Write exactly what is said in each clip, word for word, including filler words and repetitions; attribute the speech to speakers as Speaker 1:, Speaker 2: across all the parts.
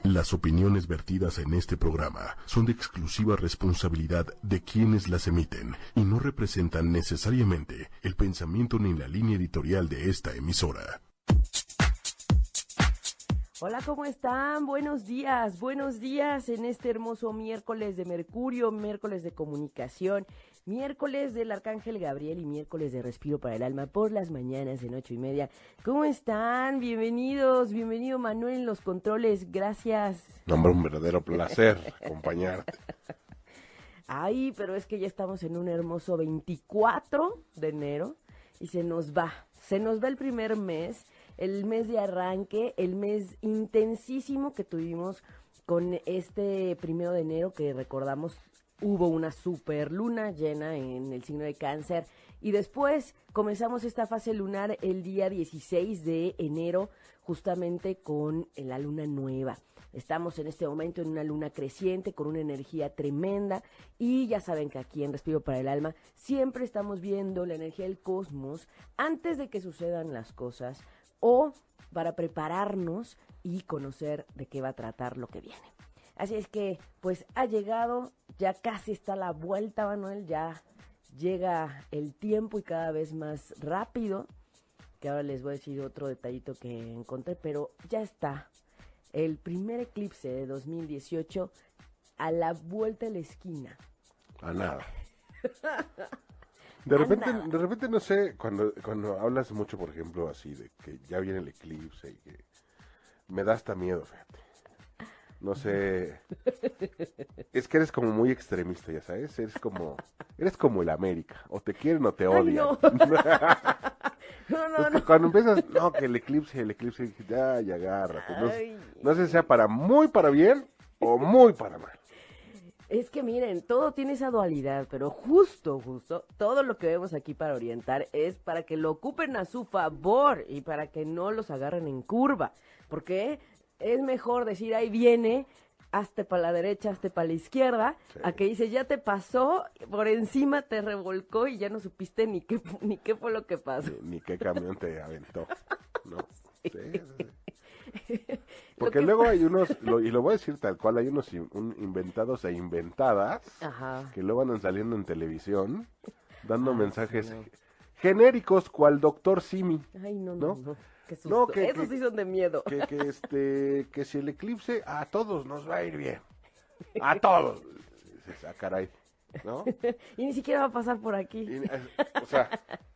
Speaker 1: Las opiniones vertidas en este programa son de exclusiva responsabilidad de quienes las emiten y no representan necesariamente el pensamiento ni la línea editorial de esta emisora.
Speaker 2: Hola, ¿cómo están? Buenos días, buenos días en este hermoso miércoles de Mercurio, miércoles de comunicación, miércoles del Arcángel Gabriel y miércoles de Respiro para el Alma por las mañanas en ocho y media. ¿Cómo están? Bienvenidos, bienvenido Manuel en los controles, gracias.
Speaker 3: Hombre, un verdadero placer acompañarte.
Speaker 2: Ay, pero es que ya estamos en un hermoso veinticuatro de enero y se nos va, se nos va el primer mes. El mes de arranque, el mes intensísimo que tuvimos con este primero de enero, que recordamos hubo una super luna llena en el signo de Cáncer, y después comenzamos esta fase lunar el día dieciséis de enero, justamente con la luna nueva. Estamos en este momento en una luna creciente con una energía tremenda y ya saben que aquí en Respiro para el Alma siempre estamos viendo la energía del cosmos antes de que sucedan las cosas, o para prepararnos y conocer de qué va a tratar lo que viene. Así es que, pues ha llegado, ya casi está la vuelta, Manuel, ya llega el tiempo y cada vez más rápido, que ahora les voy a decir otro detallito que encontré, pero ya está el primer eclipse de dos mil dieciocho a la vuelta de la esquina.
Speaker 3: A nada. De repente, de repente no sé, cuando, cuando hablas mucho, por ejemplo, así de que ya viene el eclipse y que me da hasta miedo, fíjate. No sé, es que eres como muy extremista, ya sabes, eres como, eres como el América, o te quieren o te odian.
Speaker 2: Ay, no. no, no, no.
Speaker 3: Cuando empiezas, no, que el eclipse, el eclipse, ya, ya agárrate. No,
Speaker 2: Ay.
Speaker 3: no sé si sea para muy para bien o muy para mal.
Speaker 2: Es que miren, todo tiene esa dualidad, pero justo, justo, todo lo que vemos aquí para orientar es para que lo ocupen a su favor y para que no los agarren en curva, porque es mejor decir, ahí viene, hazte para la derecha, hazte para la izquierda, sí, a que dices, ya te pasó, por encima te revolcó y ya no supiste ni qué, ni qué fue lo que pasó.
Speaker 3: Ni, ni qué camión te aventó, ¿no?
Speaker 2: Sí.
Speaker 3: Sí, sí, sí. Porque luego hay unos, lo, y lo voy a decir tal cual, hay unos in, un, inventados e inventadas, Ajá. que luego andan saliendo en televisión, dando ah, mensajes sí, no. genéricos, cual doctor Simi.
Speaker 2: Ay, no,
Speaker 3: no,
Speaker 2: no, no. Qué susto.
Speaker 3: No, que,
Speaker 2: Esos
Speaker 3: que,
Speaker 2: sí son de miedo.
Speaker 3: Que, que, este, que si el eclipse, a todos nos va a ir bien. A todos. Dices, ah, caray, ¿no?
Speaker 2: Y ni siquiera va a pasar por aquí.
Speaker 3: Y, o sea,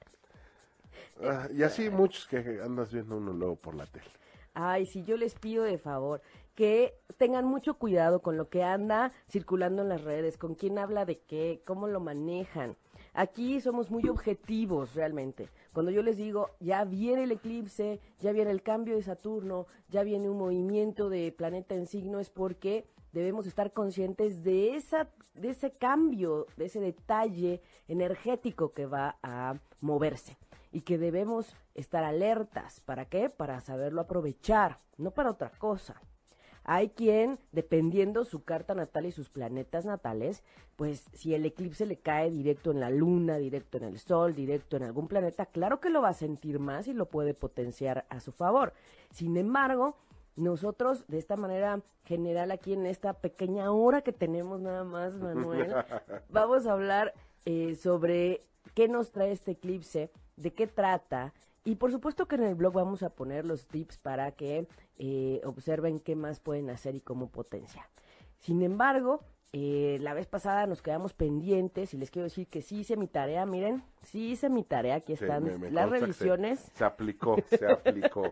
Speaker 3: uh, y así muchos que andas viendo uno luego por la tele.
Speaker 2: Ay, sí, yo les pido de favor que tengan mucho cuidado con lo que anda circulando en las redes, con quién habla de qué, cómo lo manejan. Aquí somos muy objetivos realmente. Cuando yo les digo, ya viene el eclipse, ya viene el cambio de Saturno, ya viene un movimiento de planeta en signo, es porque debemos estar conscientes de esa, de ese cambio, de ese detalle energético que va a moverse. Y que debemos estar alertas. ¿Para qué? Para saberlo aprovechar, no para otra cosa. Hay quien, dependiendo su carta natal y sus planetas natales, pues si el eclipse le cae directo en la luna, directo en el sol, directo en algún planeta, claro que lo va a sentir más y lo puede potenciar a su favor. Sin embargo, nosotros de esta manera general aquí en esta pequeña hora que tenemos nada más, Manuel, vamos a hablar eh, sobre qué nos trae este eclipse, de qué trata, y por supuesto que en el blog vamos a poner los tips para que eh, observen qué más pueden hacer y cómo potenciar. Sin embargo, eh, la vez pasada nos quedamos pendientes y les quiero decir que sí hice mi tarea, miren, sí hice mi tarea, aquí están sí, me, me las revisiones.
Speaker 3: Se, se aplicó, se aplicó.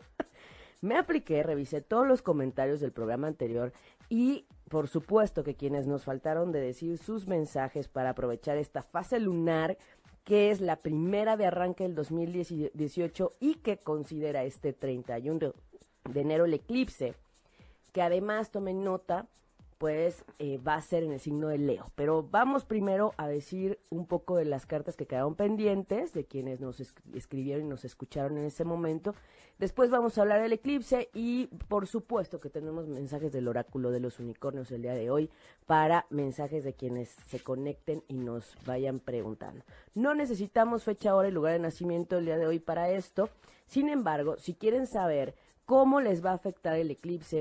Speaker 2: Me apliqué, revisé todos los comentarios del programa anterior y por supuesto que quienes nos faltaron de decir sus mensajes para aprovechar esta fase lunar, que es la primera de arranque del dos mil dieciocho y que considera este treinta y uno de enero el eclipse, que además tomen nota, pues eh, va a ser en el signo de Leo. Pero vamos primero a decir un poco de las cartas que quedaron pendientes, de quienes nos es- escribieron y nos escucharon en ese momento. Después vamos a hablar del eclipse y por supuesto que tenemos mensajes del oráculo de los unicornios el día de hoy para mensajes de quienes se conecten y nos vayan preguntando. No necesitamos fecha, hora y lugar de nacimiento el día de hoy para esto. Sin embargo, si quieren saber cómo les va a afectar el eclipse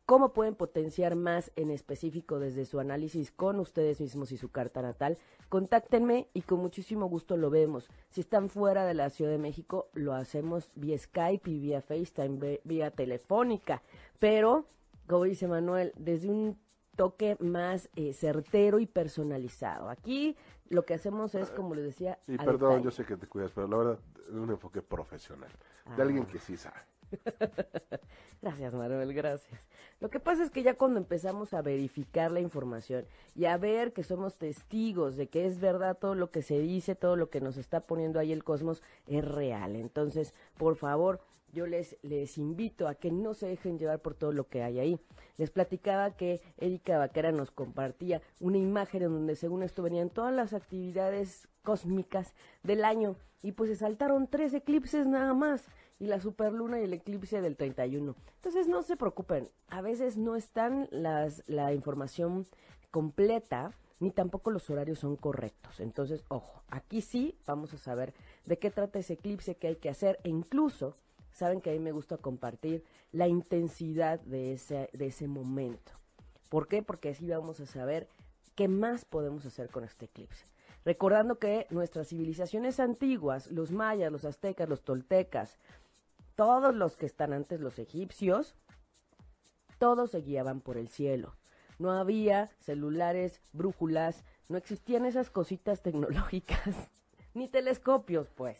Speaker 2: cómo pueden potenciar más en específico desde su análisis con ustedes mismos y su carta natal, contáctenme y con muchísimo gusto lo vemos. Si están fuera de la Ciudad de México, lo hacemos vía Skype y vía FaceTime, vía telefónica, pero, como dice Manuel, desde un toque más eh, certero y personalizado. Aquí lo que hacemos es, como les decía,
Speaker 3: y
Speaker 2: a
Speaker 3: perdón,
Speaker 2: detalle.
Speaker 3: yo sé que te cuidas, pero la verdad, es un enfoque profesional, de
Speaker 2: Ah.
Speaker 3: alguien que sí sabe.
Speaker 2: Gracias, Manuel, gracias. Lo que pasa es que ya cuando empezamos a verificar la información y a ver que somos testigos de que es verdad todo lo que se dice, todo lo que nos está poniendo ahí el cosmos, es real. Entonces, por favor, yo les, les invito a que no se dejen llevar por todo lo que hay ahí. Les platicaba que Erika Vaquera nos compartía una imagen en donde según esto venían todas las actividades cósmicas del año y pues se saltaron tres eclipses nada más y la superluna y el eclipse del treinta y uno. Entonces no se preocupen, a veces no están las, la información completa ni tampoco los horarios son correctos. Entonces, ojo, aquí sí vamos a saber de qué trata ese eclipse, qué hay que hacer e incluso saben que a mí me gusta compartir la intensidad de ese, de ese momento. ¿Por qué? Porque así vamos a saber qué más podemos hacer con este eclipse. Recordando que nuestras civilizaciones antiguas, los mayas, los aztecas, los toltecas, todos los que están antes, los egipcios, todos se guiaban por el cielo. No había celulares, brújulas, no existían esas cositas tecnológicas, ni telescopios, pues.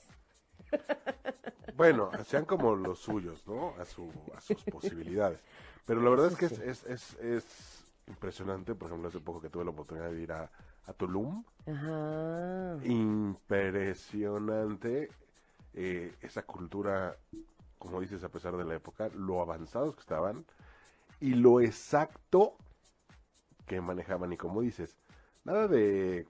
Speaker 3: Bueno, sean como los suyos, ¿no? A, su, a sus posibilidades. Pero la verdad es que es,
Speaker 2: Sí.
Speaker 3: es, es, es impresionante. Por ejemplo, hace poco que tuve la oportunidad de ir a, a Tulum.
Speaker 2: Ajá.
Speaker 3: Impresionante eh, esa cultura, como dices, a pesar de la época, lo avanzados que estaban y lo exacto que manejaban. Y como dices, nada de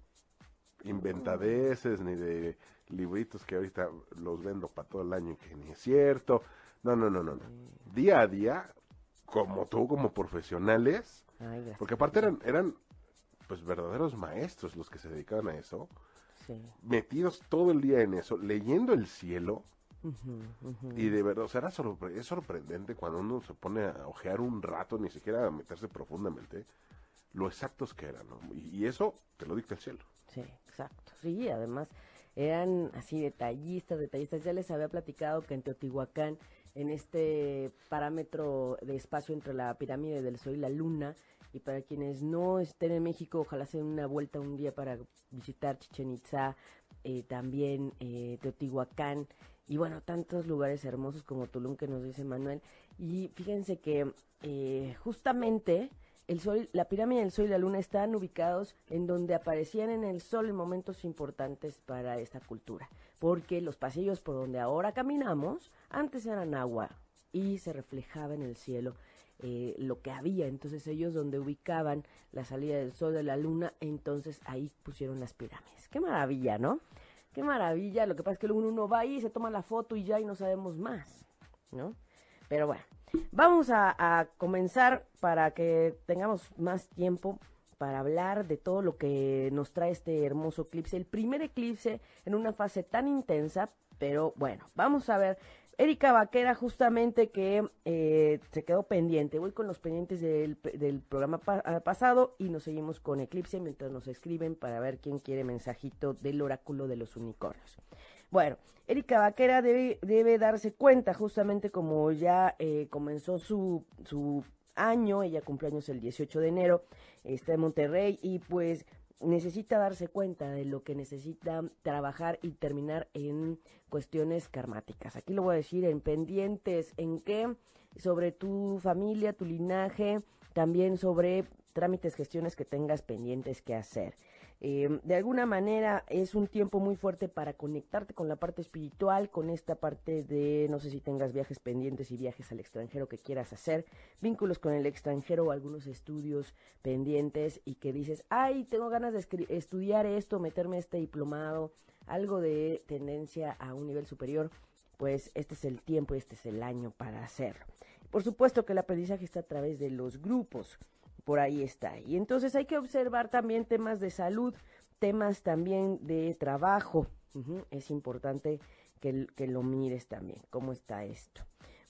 Speaker 3: inventadeces ni de libritos que ahorita los vendo para todo el año y que ni es cierto. No, no, no, no, no. Día a día, como tú, como profesionales,
Speaker 2: Ay, gracias.
Speaker 3: porque aparte eran, eran pues verdaderos maestros los que se dedicaban a eso,
Speaker 2: Sí.
Speaker 3: metidos todo el día en eso, leyendo el cielo,
Speaker 2: Ujú, ujú.
Speaker 3: y de verdad, o sea, era sorpre- es sorprendente cuando uno se pone a ojear un rato, ni siquiera a meterse profundamente, lo exactos que eran, ¿no? Y, y eso te lo dicta el cielo.
Speaker 2: Sí, exacto. Sí, además eran así detallistas, detallistas. Ya les había platicado que en Teotihuacán, en este parámetro de espacio entre la pirámide del Sol y la Luna, y para quienes no estén en México, ojalá se den una vuelta un día para visitar Chichén Itzá, eh, también eh, Teotihuacán, y bueno, tantos lugares hermosos como Tulum que nos dice Manuel. Y fíjense que eh, justamente el sol, la pirámide del Sol y la Luna están ubicados en donde aparecían en el Sol en momentos importantes para esta cultura, porque los pasillos por donde ahora caminamos antes eran agua y se reflejaba en el cielo eh, lo que había. Entonces ellos donde ubicaban la salida del Sol de la Luna, entonces ahí pusieron las pirámides. Qué maravilla, ¿no? Qué maravilla. Lo que pasa es que luego uno va ahí, se toma la foto y ya y no sabemos más, ¿no? Pero bueno, vamos a, a comenzar para que tengamos más tiempo para hablar de todo lo que nos trae este hermoso eclipse. El primer eclipse en una fase tan intensa, pero bueno, vamos a ver. Erika Vaquera justamente que eh, se quedó pendiente. Voy con los pendientes del, del programa pa pasado y nos seguimos con eclipse mientras nos escriben para ver quién quiere mensajito del oráculo de los unicornios. Bueno, Erika Vaquera debe, debe darse cuenta, justamente como ya eh, comenzó su, su año, ella cumple años el dieciocho de enero, está en Monterrey y pues necesita darse cuenta de lo que necesita trabajar y terminar en cuestiones karmáticas. Aquí lo voy a decir en pendientes, en qué, sobre tu familia, tu linaje, también sobre trámites, gestiones que tengas pendientes que hacer. Eh, de alguna manera es un tiempo muy fuerte para conectarte con la parte espiritual, con esta parte de, no sé si tengas viajes pendientes y viajes al extranjero que quieras hacer, vínculos con el extranjero o algunos estudios pendientes y que dices, ay, tengo ganas de estudiar esto, meterme a este diplomado, algo de tendencia a un nivel superior, pues este es el tiempo y este es el año para hacerlo. Por supuesto que el aprendizaje está a través de los grupos. Por ahí está. Y entonces hay que observar también temas de salud, temas también de trabajo. Uh-huh. Es importante que, que lo mires también, cómo está esto.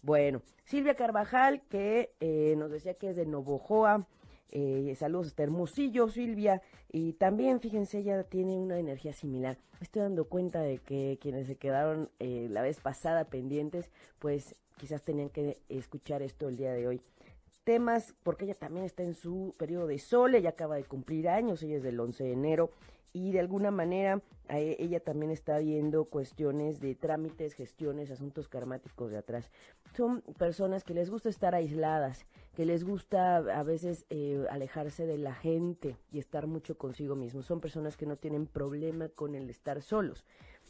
Speaker 2: Bueno, Silvia Carvajal, que eh, nos decía que es de Novojoa, eh, saludos hasta Hermosillo, Silvia, y también, fíjense, ella tiene una energía similar. Me estoy dando cuenta de que quienes se quedaron eh, la vez pasada pendientes, pues quizás tenían que escuchar esto el día de hoy. Temas, porque ella también está en su periodo de sol, ella acaba de cumplir años, ella es del once de enero, y de alguna manera eh, ella también está viendo cuestiones de trámites, gestiones, asuntos karmáticos de atrás. Son personas que les gusta estar aisladas, que les gusta a veces eh, alejarse de la gente y estar mucho consigo mismos. Son personas que no tienen problema con el estar solos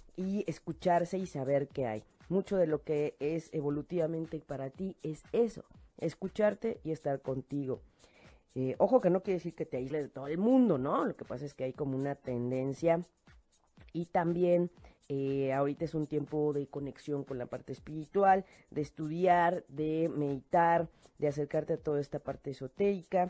Speaker 2: y escucharse y saber qué hay. Mucho de lo que es evolutivamente para ti es eso, escucharte y estar contigo. Eh, ojo que no quiere decir que te aísles de todo el mundo, ¿no? Lo que pasa es que hay como una tendencia y también eh, ahorita es un tiempo de conexión con la parte espiritual, de estudiar, de meditar, de acercarte a toda esta parte esotérica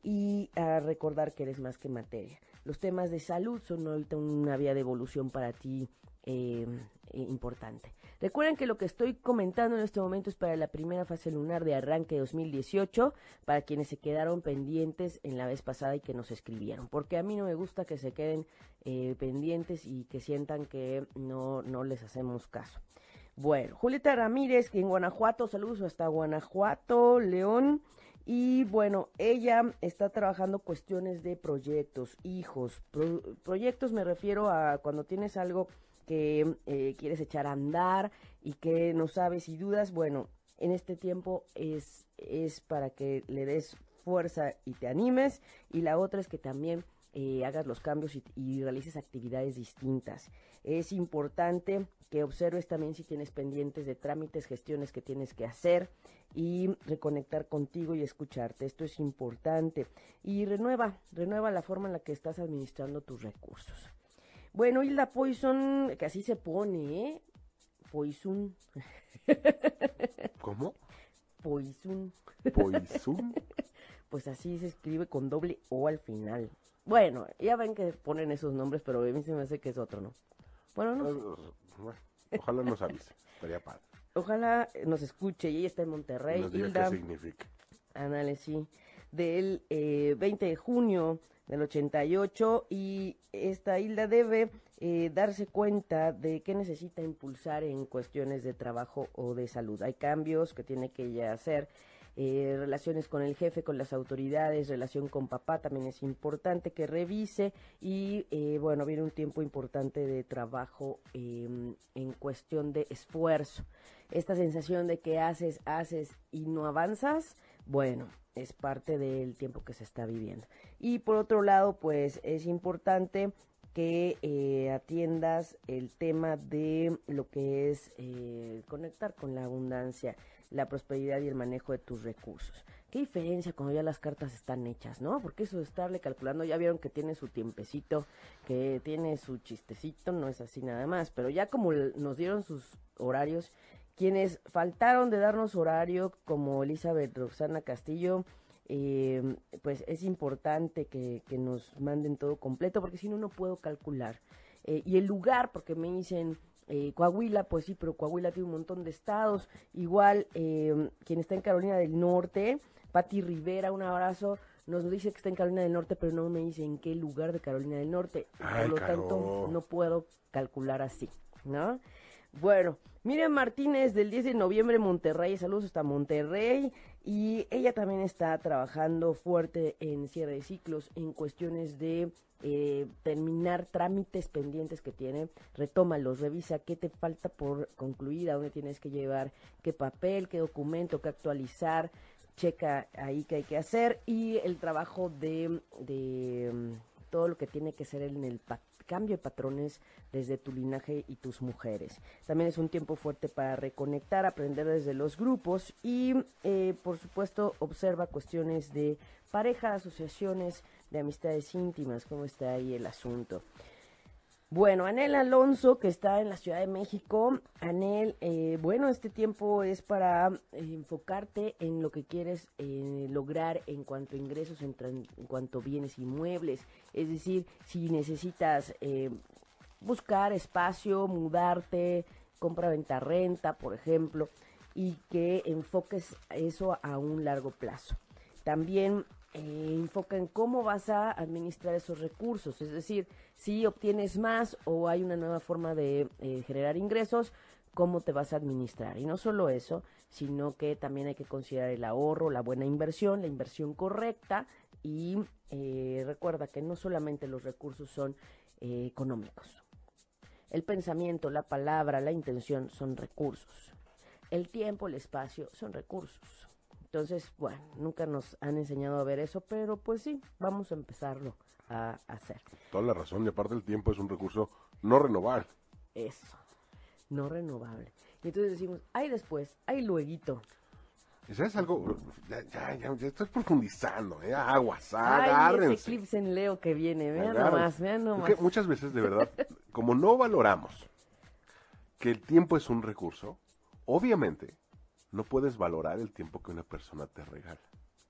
Speaker 2: y a recordar que eres más que materia. Los temas de salud son ahorita una vía de evolución para ti eh, eh, importante. Recuerden que lo que estoy comentando en este momento es para la primera fase lunar de arranque dos mil dieciocho, para quienes se quedaron pendientes en la vez pasada y que nos escribieron, porque a mí no me gusta que se queden eh, pendientes y que sientan que no, no les hacemos caso. Bueno, Julieta Ramírez, que en Guanajuato, saludos hasta Guanajuato, León. Y bueno, ella está trabajando cuestiones de proyectos, hijos, pro, proyectos me refiero a cuando tienes algo que eh, quieres echar a andar y que no sabes y dudas. Bueno, en este tiempo es, es para que le des fuerza y te animes, y la otra es que también eh, hagas los cambios y, y realices actividades distintas. Es importante que observes también si tienes pendientes de trámites, gestiones que tienes que hacer y reconectar contigo y escucharte. Esto es importante. Y renueva, renueva la forma en la que estás administrando tus recursos. Bueno, Hilda Poison, que así se pone, ¿eh? Poison.
Speaker 3: ¿Cómo?
Speaker 2: Poison.
Speaker 3: ¿Poison?
Speaker 2: Pues así se escribe con doble O al final. Bueno, ya ven que ponen esos nombres, pero a mí se me hace que es otro, ¿no? Bueno, no sé.
Speaker 3: Bueno, ojalá nos avise, estaría padre.
Speaker 2: Ojalá nos escuche, y ella está en Monterrey.
Speaker 3: Y nos diga
Speaker 2: Hilda,
Speaker 3: qué significa.
Speaker 2: ándale, sí, del eh, veinte de junio del ochenta y ocho, y esta Hilda debe eh, darse cuenta de qué necesita impulsar en cuestiones de trabajo o de salud. Hay cambios que tiene que ella hacer, eh, relaciones con el jefe, con las autoridades, relación con papá también es importante que revise, y eh, bueno, viene un tiempo importante de trabajo eh, en cuestión de esfuerzo. Esta sensación de que haces, haces y no avanzas, bueno, es parte del tiempo que se está viviendo. Y por otro lado, pues es importante que eh, atiendas el tema de lo que es eh, conectar con la abundancia, la prosperidad y el manejo de tus recursos. ¿Qué diferencia cuando ya las cartas están hechas, no? Porque eso de estarle calculando, ya vieron que tiene su tiempecito, que tiene su chistecito, no es así nada más, pero ya como nos dieron sus horarios, quienes faltaron de darnos horario, como Elizabeth Roxana Castillo, eh, pues es importante que, que nos manden todo completo, porque si no, no puedo calcular. Eh, y el lugar, porque me dicen eh, Coahuila, pues sí, pero Coahuila tiene un montón de estados. Igual, eh, quien está en Carolina del Norte, Pati Rivera, un abrazo, nos dice que está en Carolina del Norte, pero no me dice en qué lugar de Carolina del Norte.
Speaker 3: Ay,
Speaker 2: Por lo
Speaker 3: caro.
Speaker 2: tanto, no puedo calcular así, ¿no? Bueno, Miriam Martínez del diez de noviembre, Monterrey, saludos hasta Monterrey, y ella también está trabajando fuerte en cierre de ciclos, en cuestiones de eh, terminar trámites pendientes que tiene, retómalos, revisa qué te falta por concluir, a dónde tienes que llevar, qué papel, qué documento, qué actualizar, checa ahí qué hay que hacer, y el trabajo de, de um, todo lo que tiene que ser en el pa- cambio de patrones desde tu linaje y tus mujeres. También es un tiempo fuerte para reconectar, aprender desde los grupos y, eh, por supuesto, observa cuestiones de pareja, asociaciones, de amistades íntimas, cómo está ahí el asunto. Bueno, Anel Alonso, que está en la Ciudad de México. Anel, eh, bueno, este tiempo es para eh, enfocarte en lo que quieres eh, lograr en cuanto a ingresos, en, tran- en cuanto a bienes inmuebles. Es decir, si necesitas eh, buscar espacio, mudarte, compra, venta, renta, por ejemplo. y que enfoques eso a un largo plazo. También eh, enfoca en cómo vas a administrar esos recursos, es decir, si obtienes más o hay una nueva forma de eh, generar ingresos, cómo te vas a administrar. Y no solo eso, sino que también hay que considerar el ahorro, la buena inversión, la inversión correcta y eh, recuerda que no solamente los recursos son eh, económicos. El pensamiento, la palabra, la intención son recursos. El tiempo, el espacio son recursos. Entonces, bueno, nunca nos han enseñado a ver eso, pero pues sí, vamos a empezarlo a hacer.
Speaker 3: Toda la razón, y aparte el tiempo es un recurso no renovable.
Speaker 2: Eso, no renovable. Y entonces decimos, ay después, ay lueguito.
Speaker 3: ¿Y sabes algo? Ya, ya, ya, ya estoy profundizando, ¿eh? Aguas,
Speaker 2: Ay,
Speaker 3: agárrense.
Speaker 2: ese eclipse en Leo que viene, vean
Speaker 3: Agárrense.
Speaker 2: nomás, vean nomás.
Speaker 3: Porque muchas veces, de verdad, como no valoramos que el tiempo es un recurso, obviamente no puedes valorar el tiempo que una persona te regala.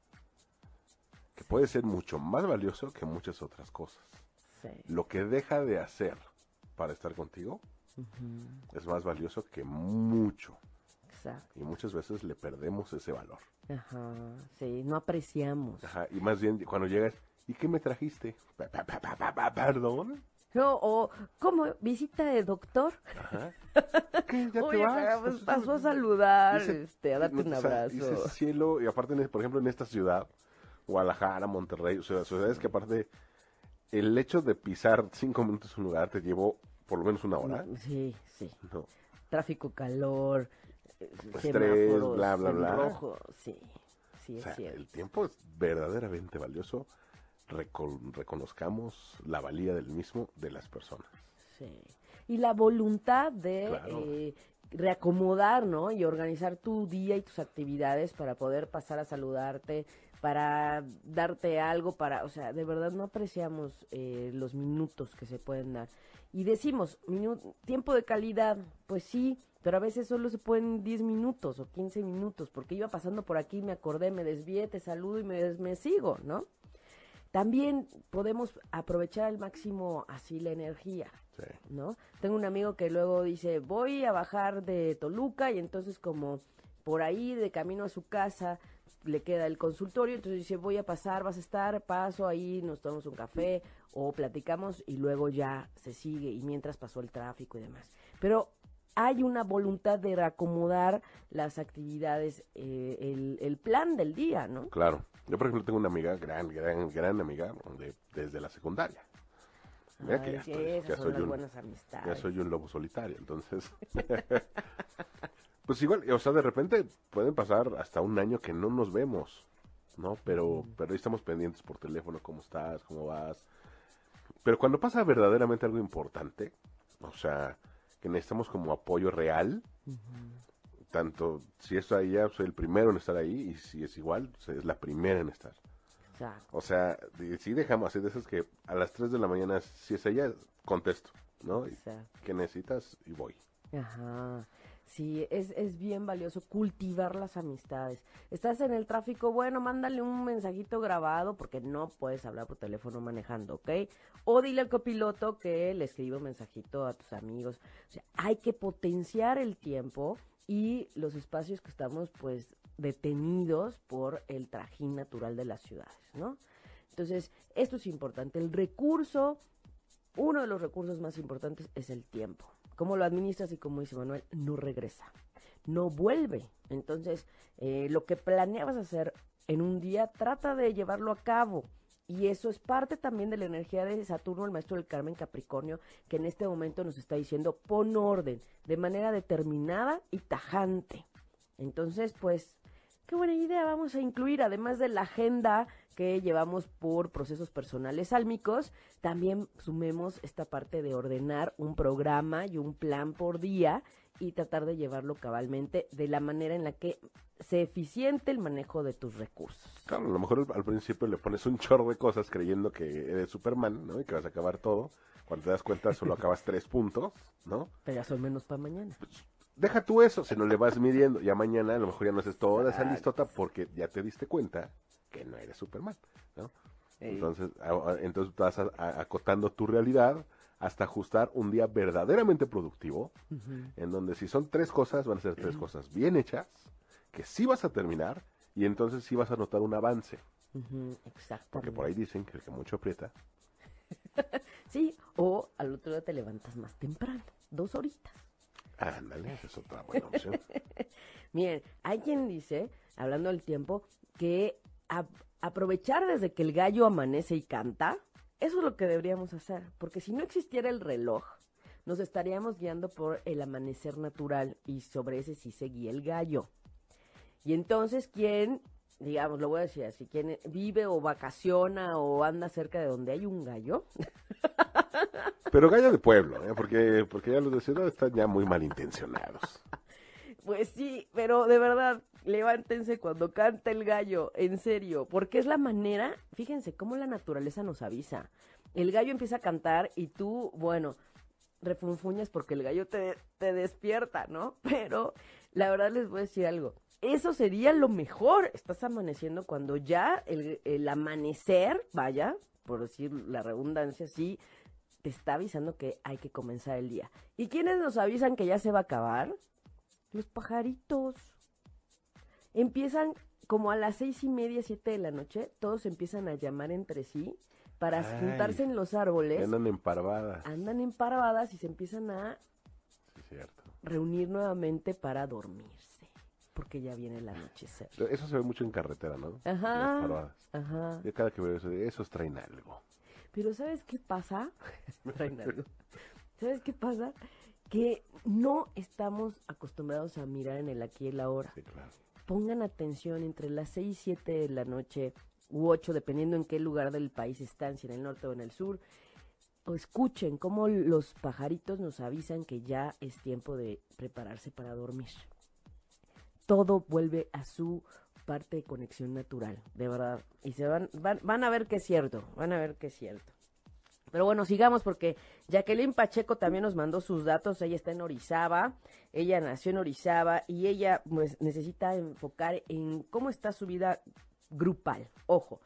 Speaker 3: Que puede ser mucho más valioso que muchas otras cosas.
Speaker 2: Sí.
Speaker 3: Lo que deja de hacer para estar contigo
Speaker 2: Ujú,
Speaker 3: es más valioso que mucho.
Speaker 2: exacto.
Speaker 3: Y muchas veces le perdemos ese valor.
Speaker 2: Ajá, sí, no apreciamos.
Speaker 3: Ajá, y más bien cuando llegas, ¿y qué me trajiste? Pa, pa, pa, pa, pa, pa, ¿Perdón?
Speaker 2: No, o, ¿cómo? ¿Visita de doctor?
Speaker 3: Ajá. ¿Qué? ¿Ya
Speaker 2: Oye,
Speaker 3: te vas?
Speaker 2: pero, pues,
Speaker 3: Pues,
Speaker 2: pasó a saludar,
Speaker 3: dice-
Speaker 2: este, a darte
Speaker 3: no,
Speaker 2: un
Speaker 3: o sea,
Speaker 2: abrazo.
Speaker 3: dice cielo, y aparte, en- por ejemplo, en esta ciudad, Guadalajara, Monterrey, o sea, ciudades que aparte, el hecho de pisar cinco minutos en un lugar te llevó por lo menos una hora.
Speaker 2: Sí, sí.
Speaker 3: No.
Speaker 2: Tráfico, calor, eh,
Speaker 3: Estrés,
Speaker 2: semáforos
Speaker 3: bla, bla,
Speaker 2: en
Speaker 3: bla.
Speaker 2: rojo, sí, sí
Speaker 3: O
Speaker 2: es
Speaker 3: sea,
Speaker 2: cierto.
Speaker 3: el tiempo es verdaderamente valioso. Recon- reconozcamos la valía del mismo de las personas.
Speaker 2: Sí. Y la voluntad de
Speaker 3: Claro.
Speaker 2: eh, reacomodar, ¿no? Y organizar tu día y tus actividades para poder pasar a saludarte, para darte algo, para, o sea, de verdad no apreciamos eh, los minutos que se pueden dar. Y decimos, minu- tiempo de calidad, pues sí, pero a veces solo se pueden diez minutos o quince minutos, porque iba pasando por aquí, me acordé, me desvié, te saludo y me, me sigo, ¿no? También podemos aprovechar al máximo así la energía,
Speaker 3: Sí.
Speaker 2: ¿no? Tengo un amigo que luego dice, voy a bajar de Toluca y entonces como por ahí de camino a su casa le queda el consultorio, entonces dice, voy a pasar, vas a estar, paso ahí, nos tomamos un café o platicamos y luego ya se sigue y mientras pasó el tráfico y demás. Pero hay una voluntad de reacomodar las actividades, eh, el, el plan del día, ¿no?
Speaker 3: Claro. Yo, por ejemplo, tengo una amiga, gran, gran, gran amiga, de- desde la secundaria. Mira que
Speaker 2: Ay,
Speaker 3: ya,
Speaker 2: sí,
Speaker 3: estoy-
Speaker 2: esas
Speaker 3: ya
Speaker 2: son
Speaker 3: soy
Speaker 2: las
Speaker 3: un,
Speaker 2: buenas amistades.
Speaker 3: ya soy un lobo solitario, entonces... Pues igual, o sea, de repente pueden pasar hasta un año que no nos vemos, ¿no? Pero, pero ahí estamos pendientes por teléfono, cómo estás, cómo vas. Pero cuando pasa verdaderamente algo importante, o sea, que necesitamos como apoyo real, tanto si es a ella, soy el primero en estar ahí, y si es igual, o sea, es la primera en estar.
Speaker 2: Exacto.
Speaker 3: O sea, de- sí dejamos así de esas que a las tres de la mañana, si es ella, contesto, ¿no? Y,
Speaker 2: Exacto.
Speaker 3: ¿qué necesitas? Y voy.
Speaker 2: Ajá. Sí, es, es bien valioso cultivar las amistades. Estás en el tráfico, bueno, mándale un mensajito grabado porque no puedes hablar por teléfono manejando, ¿ok? O dile al copiloto que le escriba un mensajito a tus amigos. O sea, hay que potenciar el tiempo y los espacios que estamos, pues, detenidos por el trajín natural de las ciudades, ¿no? Entonces, esto es importante. El recurso, uno de los recursos más importantes es el tiempo. Cómo lo administras y como dice Manuel, no regresa, no vuelve. Entonces, eh, lo que planeabas hacer en un día, trata de llevarlo a cabo. Y eso es parte también de la energía de Saturno, el maestro del Carmen Capricornio, que en este momento nos está diciendo, pon orden, de manera determinada y tajante. Entonces, pues, qué buena idea vamos a incluir, además de la agenda que llevamos por procesos personales álmicos, también sumemos esta parte de ordenar un programa y un plan por día y tratar de llevarlo cabalmente de la manera en la que sea eficiente el manejo de tus recursos.
Speaker 3: Claro, a lo mejor al, al principio le pones un chorro de cosas creyendo que eres Superman, ¿no? Y que vas a acabar todo. Cuando te das cuenta solo acabas tres puntos, ¿no?
Speaker 2: Pero ya son menos para mañana.
Speaker 3: Deja tú eso, si no le vas midiendo. Ya mañana a lo mejor ya no haces toda esa
Speaker 2: Exacto.
Speaker 3: listota porque ya te diste cuenta que no eres Superman, ¿no?
Speaker 2: Ey.
Speaker 3: Entonces, a- a- entonces vas a- a- acotando tu realidad hasta ajustar un día verdaderamente productivo,
Speaker 2: Ujú.
Speaker 3: en donde si son tres cosas, van a ser tres cosas bien hechas, que sí vas a terminar, y entonces sí vas a notar un avance.
Speaker 2: Ujú, exacto.
Speaker 3: Porque por ahí dicen que el que mucho aprieta.
Speaker 2: Sí, o al otro día te levantas más temprano, dos horitas.
Speaker 3: Ándale, esa es otra buena opción.
Speaker 2: Miren, hay quien dice, hablando del tiempo, que a- aprovechar desde que el gallo amanece y canta, eso es lo que deberíamos hacer, porque si no existiera el reloj, nos estaríamos guiando por el amanecer natural y sobre ese sí se guía el gallo. Y entonces, ¿quién, digamos, lo voy a decir así, quien vive o vacaciona o anda cerca de donde hay un gallo?
Speaker 3: Pero gallo de pueblo, ¿eh? porque, porque ya los de ciudad están ya muy malintencionados.
Speaker 2: Pues sí, pero de verdad, levántense cuando canta el gallo, en serio, porque es la manera, fíjense cómo la naturaleza nos avisa. El gallo empieza a cantar y tú, bueno, refunfuñas porque el gallo te, te despierta, ¿no? Pero la verdad les voy a decir algo. Eso sería lo mejor. Estás amaneciendo cuando ya el, el amanecer, vaya, por decir la redundancia, sí, te está avisando que hay que comenzar el día. ¿Y quiénes nos avisan que ya se va a acabar? Los pajaritos. Empiezan como a las seis y media, siete de la noche, todos empiezan a llamar entre sí para
Speaker 3: Ay,
Speaker 2: juntarse en los árboles.
Speaker 3: Andan emparvadas.
Speaker 2: Andan en parvadas y se empiezan a
Speaker 3: Sí, cierto.
Speaker 2: reunir nuevamente para dormirse, porque ya viene el anochecer.
Speaker 3: Eso se ve mucho en carretera, ¿no?
Speaker 2: Ajá,
Speaker 3: Las parvadas.
Speaker 2: ajá.
Speaker 3: Yo cada que veo eso, esos traen algo.
Speaker 2: Pero ¿sabes qué pasa? Traen algo. ¿Sabes qué pasa? Que no estamos acostumbrados a mirar en el aquí y el ahora.
Speaker 3: Sí, claro.
Speaker 2: Pongan atención entre las seis y siete de la noche u ocho, dependiendo en qué lugar del país están, si en el norte o en el sur, o escuchen cómo los pajaritos nos avisan que ya es tiempo de prepararse para dormir. Todo vuelve a su parte de conexión natural, de verdad. Y se van, van, van a ver que es cierto, van a ver que es cierto. Pero bueno, sigamos porque Jacqueline Pacheco también nos mandó sus datos. Ella está en Orizaba, ella nació en Orizaba y ella pues necesita enfocar en cómo está su vida grupal. Ojo,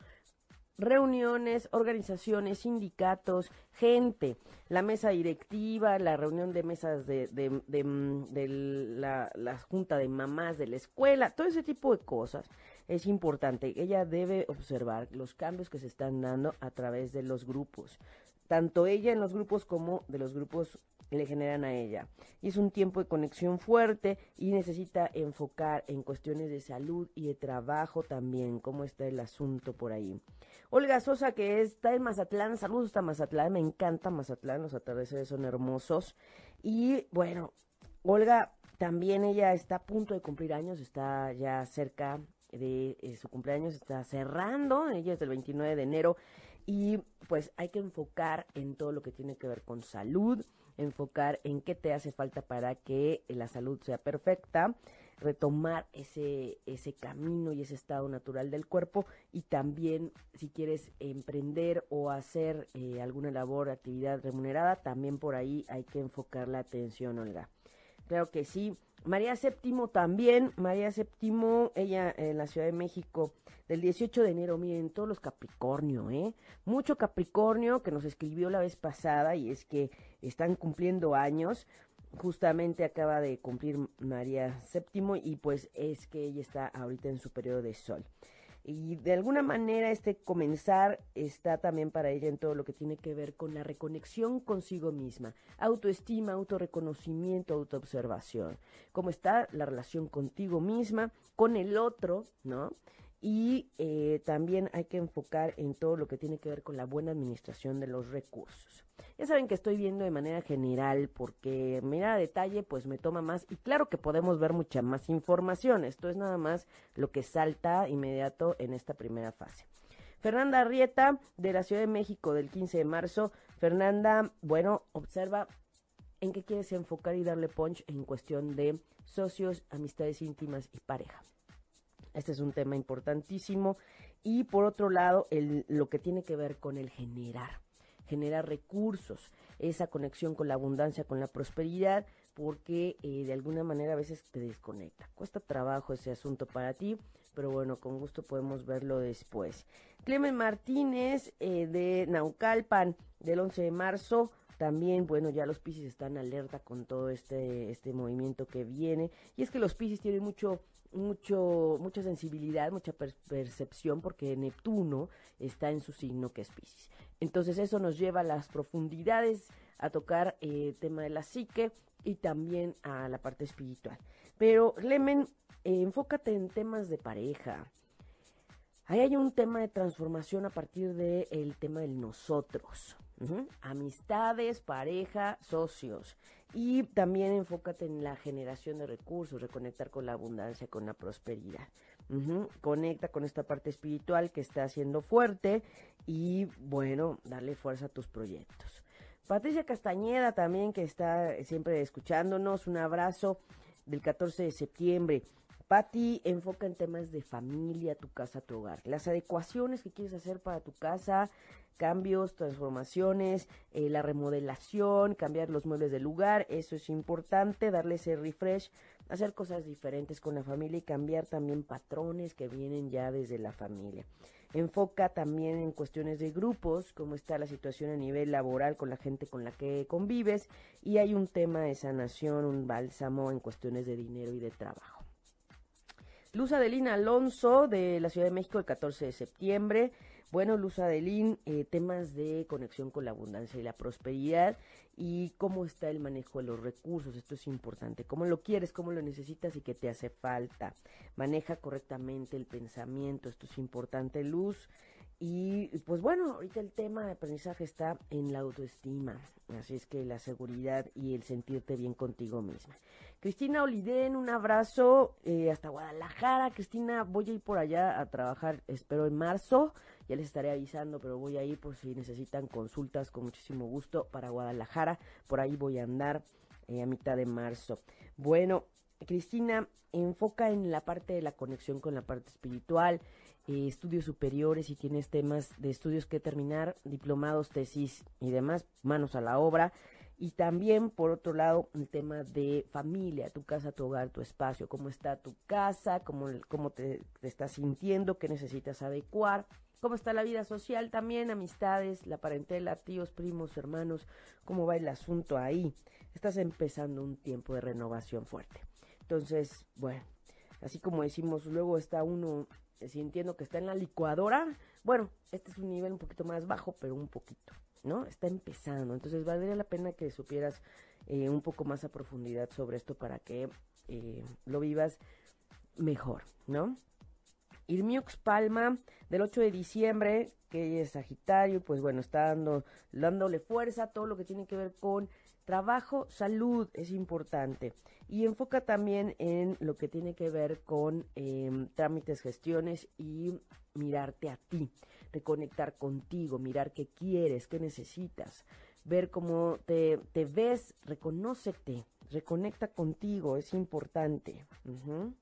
Speaker 2: reuniones, organizaciones, sindicatos, gente, la mesa directiva, la reunión de mesas de, de, de, de la, la junta de mamás de la escuela, todo ese tipo de cosas es importante. Ella debe observar los cambios que se están dando a través de los grupos. Tanto ella en los grupos como de los grupos le generan a ella. Y es un tiempo de conexión fuerte y necesita enfocar en cuestiones de salud y de trabajo también, cómo está el asunto por ahí. Olga Sosa, que está en Mazatlán, saludos hasta Mazatlán, me encanta Mazatlán, los atardeceres son hermosos. Y bueno, Olga también ella está a punto de cumplir años, está ya cerca de eh, su cumpleaños, está cerrando, ella es del veintinueve de enero. Y pues hay que enfocar en todo lo que tiene que ver con salud, enfocar en qué te hace falta para que la salud sea perfecta, retomar ese, ese camino y ese estado natural del cuerpo y también si quieres emprender o hacer eh, alguna labor, actividad remunerada, también por ahí hay que enfocar la atención, Olga. Claro que sí. María Séptimo también, María Séptimo, ella en la Ciudad de México, del dieciocho de enero, miren, todos los Capricornio, ¿eh? Mucho Capricornio que nos escribió la vez pasada y es que están cumpliendo años, justamente acaba de cumplir María Séptimo y pues es que ella está ahorita en su periodo de sol. Y de alguna manera este comenzar está también para ella en todo lo que tiene que ver con la reconexión consigo misma, autoestima, autorreconocimiento, autoobservación, cómo está la relación contigo misma, con el otro, ¿no? Y eh, también hay que enfocar en todo lo que tiene que ver con la buena administración de los recursos. Ya saben que estoy viendo de manera general porque mirar a detalle pues me toma más y claro que podemos ver mucha más información. Esto es nada más lo que salta inmediato en esta primera fase. Fernanda Arrieta de la Ciudad de México del quince de marzo. Fernanda, bueno, observa en qué quieres enfocar y darle punch en cuestión de socios, amistades íntimas y pareja. Este es un tema importantísimo. Y por otro lado, el, lo que tiene que ver con el generar. Generar recursos, esa conexión con la abundancia, con la prosperidad, porque eh, de alguna manera a veces te desconecta. Cuesta trabajo ese asunto para ti, pero bueno, con gusto podemos verlo después. Clemen Martínez eh, de Naucalpan, del once de marzo, También, bueno, ya los Piscis están alerta con todo este, este movimiento que viene. Y es que los Piscis tienen mucho, mucho, mucha sensibilidad, mucha per- percepción, porque Neptuno está en su signo que es Piscis. Entonces eso nos lleva a las profundidades, a tocar el eh, tema de la psique y también a la parte espiritual. Pero, Clemen, eh, enfócate en temas de pareja. Ahí hay un tema de transformación a partir del tema del nosotros. Uh-huh. Amistades, pareja, socios. Y también enfócate en la generación de recursos, reconectar con la abundancia, con la prosperidad. Uh-huh. Conecta con esta parte espiritual que está haciendo fuerte y, bueno, darle fuerza a tus proyectos. Patricia Castañeda también, que está siempre escuchándonos, un abrazo del catorce de septiembre. Pati, enfoca en temas de familia, tu casa, tu hogar. Las adecuaciones que quieres hacer para tu casa, cambios, transformaciones, eh, la remodelación, cambiar los muebles del lugar, eso es importante, darle ese refresh, hacer cosas diferentes con la familia y cambiar también patrones que vienen ya desde la familia. Enfoca también en cuestiones de grupos, cómo está la situación a nivel laboral con la gente con la que convives, y hay un tema de sanación, un bálsamo en cuestiones de dinero y de trabajo. Luz Adelín Alonso, de la Ciudad de México, el catorce de septiembre. Bueno, Luz Adelín, eh, temas de conexión con la abundancia y la prosperidad y cómo está el manejo de los recursos. Esto es importante. Cómo lo quieres, cómo lo necesitas y qué te hace falta. Maneja correctamente el pensamiento. Esto es importante, Luz. Y pues bueno, ahorita el tema de aprendizaje está en la autoestima, así es que la seguridad y el sentirte bien contigo misma. Cristina Oliden, un abrazo eh, hasta Guadalajara. Cristina, voy a ir por allá a trabajar, espero en marzo, ya les estaré avisando, pero voy a ir por si necesitan consultas, con muchísimo gusto para Guadalajara, por ahí voy a andar eh, a mitad de marzo. Bueno, Cristina, enfoca en la parte de la conexión con la parte espiritual, Eh, estudios superiores, si tienes temas de estudios que terminar, diplomados, tesis y demás, manos a la obra. Y también, por otro lado, el tema de familia, tu casa, tu hogar, tu espacio, cómo está tu casa, cómo, cómo te, te estás sintiendo, qué necesitas adecuar, cómo está la vida social también, amistades, la parentela, tíos, primos, hermanos, cómo va el asunto ahí. Estás empezando un tiempo de renovación fuerte. Entonces, bueno, así como decimos, luego está uno sintiendo que está en la licuadora, bueno, este es un nivel un poquito más bajo, pero un poquito, ¿no? Está empezando, entonces valdría la pena que supieras eh, un poco más a profundidad sobre esto para que eh, lo vivas mejor, ¿no? Irmiux Palma, del ocho de diciembre, que es Sagitario, pues bueno, está dando, dándole fuerza a todo lo que tiene que ver con trabajo, salud, es importante. Y enfoca también en lo que tiene que ver con eh, trámites, gestiones y mirarte a ti, reconectar contigo, mirar qué quieres, qué necesitas, ver cómo te, te ves, reconócete, reconecta contigo, es importante. Uh-huh.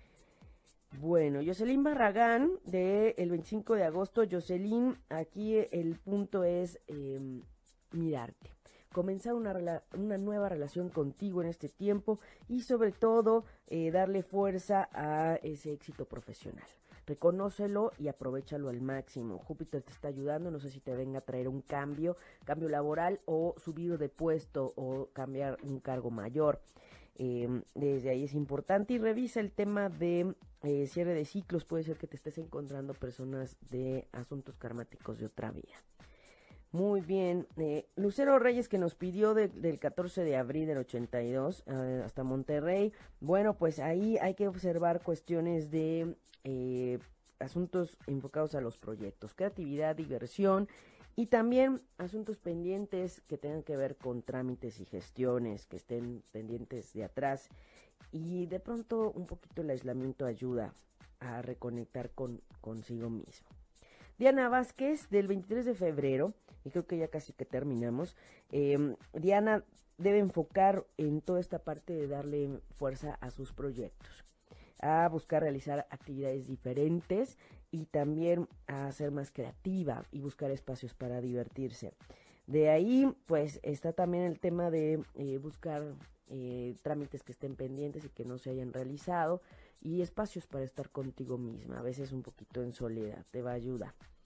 Speaker 2: Bueno, Jocelyn Barragán, del veinticinco de agosto. Jocelyn, aquí el punto es eh, mirarte, comenzar una, rela- una nueva relación contigo en este tiempo y sobre todo eh, darle fuerza a ese éxito profesional. Reconócelo y aprovechalo al máximo. Júpiter te está ayudando, no sé si te venga a traer un cambio, cambio laboral o subir de puesto o cambiar un cargo mayor. Eh, desde ahí es importante y revisa el tema de eh, cierre de ciclos. Puede ser que te estés encontrando personas de asuntos karmáticos de otra vía. Muy bien, eh, Lucero Reyes, que nos pidió de, del catorce de abril del ochenta y dos eh, hasta Monterrey. Bueno, pues ahí hay que observar cuestiones de eh, asuntos enfocados a los proyectos, creatividad, diversión y también asuntos pendientes que tengan que ver con trámites y gestiones que estén pendientes de atrás. Y de pronto un poquito el aislamiento ayuda a reconectar con consigo mismo. Diana Vázquez, del veintitrés de febrero, y creo que ya casi que terminamos, eh, Diana debe enfocar en toda esta parte de darle fuerza a sus proyectos, a buscar realizar actividades diferentes y también a ser más creativa y buscar espacios para divertirse. De ahí, pues, está también el tema de eh, buscar eh, trámites que estén pendientes y que no se hayan realizado y espacios para estar contigo misma, a veces un poquito en soledad, te va a ayudar.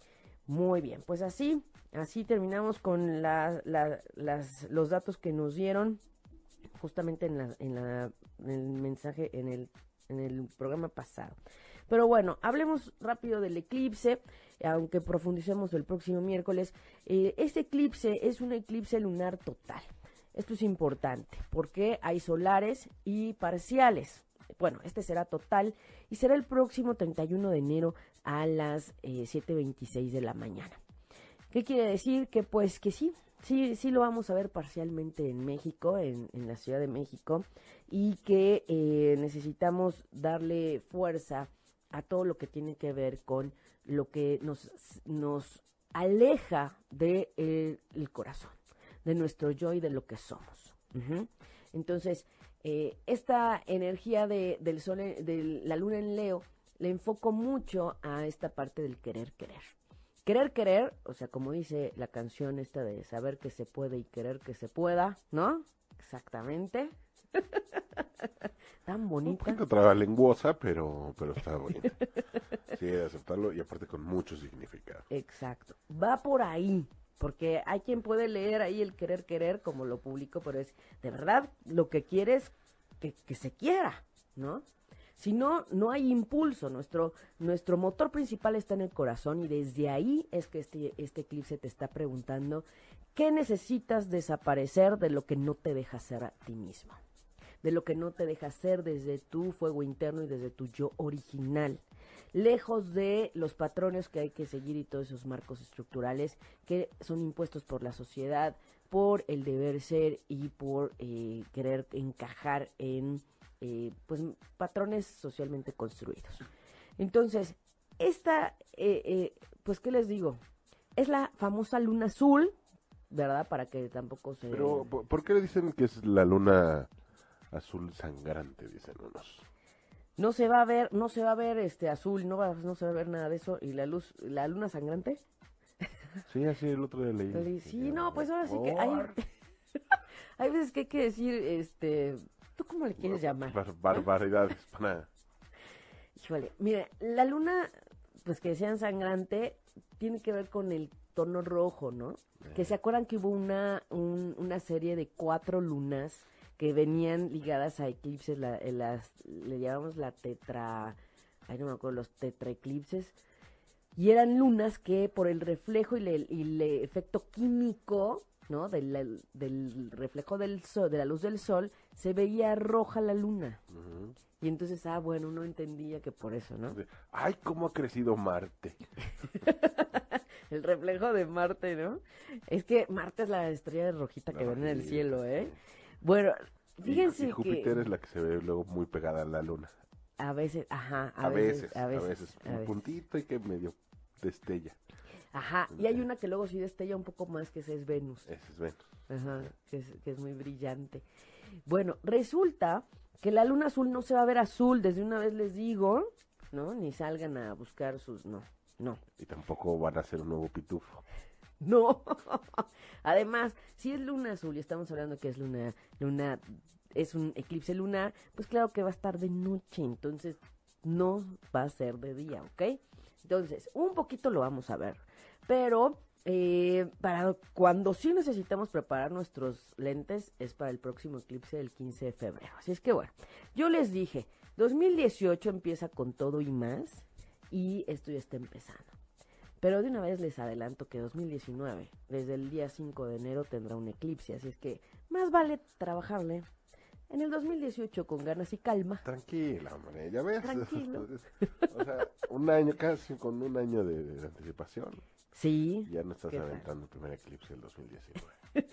Speaker 2: Muy bien, pues así, así terminamos con la, la, las, los datos que nos dieron justamente en la, en la, en el mensaje, en el, en el programa pasado. Pero bueno, hablemos rápido del eclipse, aunque profundicemos el próximo miércoles. Eh, este eclipse es un eclipse lunar total. Esto es importante porque hay solares y parciales. Bueno, este será total y será el próximo treinta y uno de enero a las eh, siete veintiséis de la mañana. ¿Qué quiere decir? Que pues que sí, sí, sí lo vamos a ver parcialmente en México, en, en la Ciudad de México, y que eh, necesitamos darle fuerza a todo lo que tiene que ver con lo que nos, nos aleja del de el corazón, de nuestro yo y de lo que somos. Uh-huh. Entonces, eh, esta energía de, del sol, de la luna en Leo, le enfoco mucho a esta parte del querer, querer. Querer, querer, o sea, como dice la canción esta de saber que se puede y querer que se pueda, ¿no? Exactamente. Tan bonita.
Speaker 3: Un poquito trabalenguosa, pero, pero está bonita. Sí, de aceptarlo y aparte con mucho significado.
Speaker 2: Exacto. Va por ahí, porque hay quien puede leer ahí el querer, querer, como lo publico, pero es de verdad lo que quieres que, que se quiera, ¿no? Si no, no hay impulso. Nuestro, nuestro motor principal está en el corazón y desde ahí es que este, este eclipse te está preguntando qué necesitas desaparecer de lo que no te deja ser a ti mismo, de lo que no te deja ser desde tu fuego interno y desde tu yo original, lejos de los patrones que hay que seguir y todos esos marcos estructurales que son impuestos por la sociedad, por el deber ser y por eh, querer encajar en Eh, pues patrones socialmente construidos. Entonces, esta, eh, eh, pues, ¿qué les digo? Es la famosa luna azul, ¿verdad? Para que tampoco se...
Speaker 3: Pero, ¿por qué le dicen que es la luna azul sangrante? Dicen unos.
Speaker 2: No se va a ver, no se va a ver este azul, no va, no se va a ver nada de eso. ¿Y la luz, la luna sangrante?
Speaker 3: Sí, así el otro día leí.
Speaker 2: Sí, no, pues ahora sí que hay... hay veces que hay que decir, este... ¿Tú cómo le quieres llamar?
Speaker 3: Bar barbaridades para...
Speaker 2: Híjole, mira, la luna, pues que decían sangrante, tiene que ver con el tono rojo, ¿no? Eh. Que se acuerdan que hubo una, un, una serie de cuatro lunas que venían ligadas a eclipses, la, las, le llamamos la tetra, ay no me acuerdo, los tetraeclipses, y eran lunas que por el reflejo y el y le efecto químico, ¿no? Del, del reflejo del sol, de la luz del sol, se veía roja la luna. Uh-huh. Y entonces, ah, bueno, uno entendía que por eso, ¿no?
Speaker 3: ¡Ay, cómo ha crecido Marte!
Speaker 2: El reflejo de Marte, ¿no? Es que Marte es la estrella rojita que no, ven en el cielo, ¿eh? Sí. Bueno, fíjense
Speaker 3: y, y Júpiter
Speaker 2: que...
Speaker 3: es la que se ve luego muy pegada a la luna.
Speaker 2: A veces, ajá, a,
Speaker 3: a
Speaker 2: veces,
Speaker 3: veces,
Speaker 2: a veces.
Speaker 3: A veces,
Speaker 2: a
Speaker 3: un
Speaker 2: veces.
Speaker 3: puntito y que medio destella.
Speaker 2: Ajá, y hay una que luego sí destella un poco más, que esa es Venus.
Speaker 3: Esa es Venus.
Speaker 2: Ajá, que es, que es muy brillante. Bueno, resulta que la luna azul no se va a ver azul, desde una vez les digo, ¿no? Ni salgan a buscar sus... No, no.
Speaker 3: Y tampoco van a hacer un nuevo pitufo.
Speaker 2: No. Además, si es luna azul y estamos hablando que es luna, luna, es un eclipse lunar, pues claro que va a estar de noche, entonces no va a ser de día, ¿ok? Entonces, un poquito lo vamos a ver, pero eh, para cuando sí necesitamos preparar nuestros lentes es para el próximo eclipse del quince de febrero. Así es que bueno, yo les dije, dos mil dieciocho empieza con todo y más, y esto ya está empezando. Pero de una vez les adelanto que dos mil diecinueve, desde el día cinco de enero, tendrá un eclipse, así es que más vale trabajarle en el dos mil dieciocho con ganas y calma.
Speaker 3: Tranquila, hombre, ya ves.
Speaker 2: Tranquilo.
Speaker 3: O sea, un año casi, con un año de, de anticipación.
Speaker 2: Sí.
Speaker 3: Ya no estás aventando el primer eclipse del dos mil diecinueve.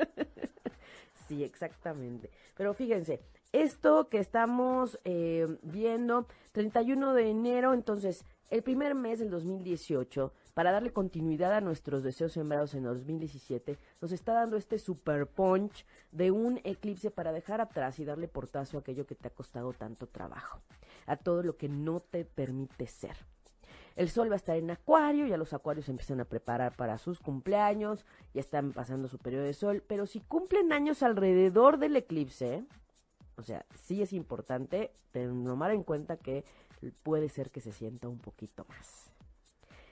Speaker 2: Sí, exactamente. Pero fíjense, esto que estamos eh, viendo, treinta y uno de enero, entonces, el primer mes del dos mil dieciocho, para darle continuidad a nuestros deseos sembrados en dos mil diecisiete, nos está dando este super punch de un eclipse para dejar atrás y darle portazo a aquello que te ha costado tanto trabajo, a todo lo que no te permite ser. El sol va a estar en Acuario, ya los acuarios se empiezan a preparar para sus cumpleaños, ya están pasando su periodo de sol, pero si cumplen años alrededor del eclipse, o sea, sí es importante tomar en cuenta que puede ser que se sienta un poquito más.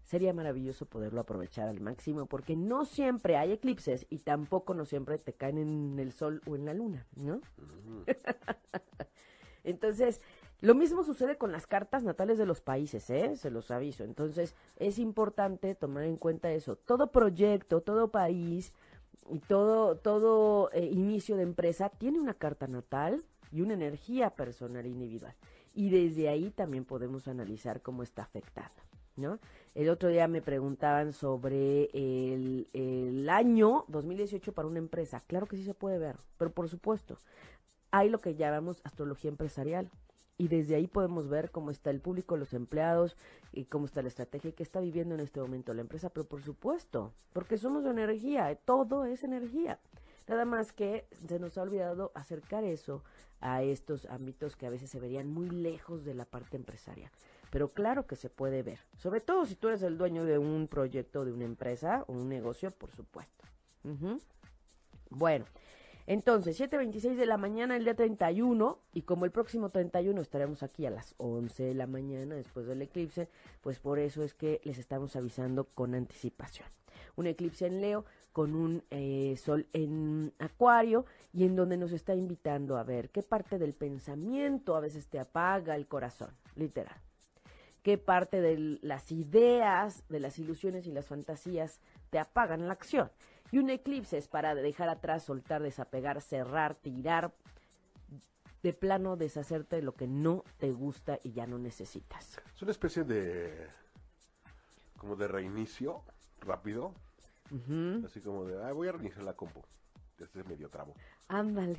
Speaker 2: sería maravilloso poderlo aprovechar al máximo, porque no siempre hay eclipses y tampoco no siempre te caen en el sol o en la luna, ¿no? Uh-huh. Entonces, lo mismo sucede con las cartas natales de los países, ¿eh? Se los aviso. Entonces, es importante tomar en cuenta eso. Todo proyecto, todo país y todo, todo eh, inicio de empresa tiene una carta natal y una energía personal individual. Y desde ahí también podemos analizar cómo está afectando, ¿no? El otro día me preguntaban sobre el, el año dos mil dieciocho para una empresa. Claro que sí se puede ver, pero por supuesto, hay lo que llamamos astrología empresarial. Y desde ahí podemos ver cómo está el público, los empleados, y cómo está la estrategia y qué está viviendo en este momento la empresa. Pero por supuesto, porque somos de energía, todo es energía. Nada más que se nos ha olvidado acercar eso a estos ámbitos que a veces se verían muy lejos de la parte empresarial. Pero claro que se puede ver, sobre todo si tú eres el dueño de un proyecto, de una empresa o un negocio, por supuesto. Uh-huh. Bueno, entonces, siete veintiséis de la mañana el día treinta y uno, y como el próximo treinta y uno estaremos aquí a las once de la mañana después del eclipse, pues por eso es que les estamos avisando con anticipación. Un eclipse en Leo con un eh, sol en Acuario y en donde nos está invitando a ver qué parte del pensamiento a veces te apaga el corazón, literal. Qué parte de las ideas, de las ilusiones y las fantasías te apagan la acción. Y un eclipse es para dejar atrás, soltar, desapegar, cerrar, tirar, de plano deshacerte de lo que no te gusta y ya no necesitas.
Speaker 3: Es una especie de, como de reinicio rápido, uh-huh. Así como de, ah, voy a reiniciar la compu, este es medio trabo.
Speaker 2: Ándale.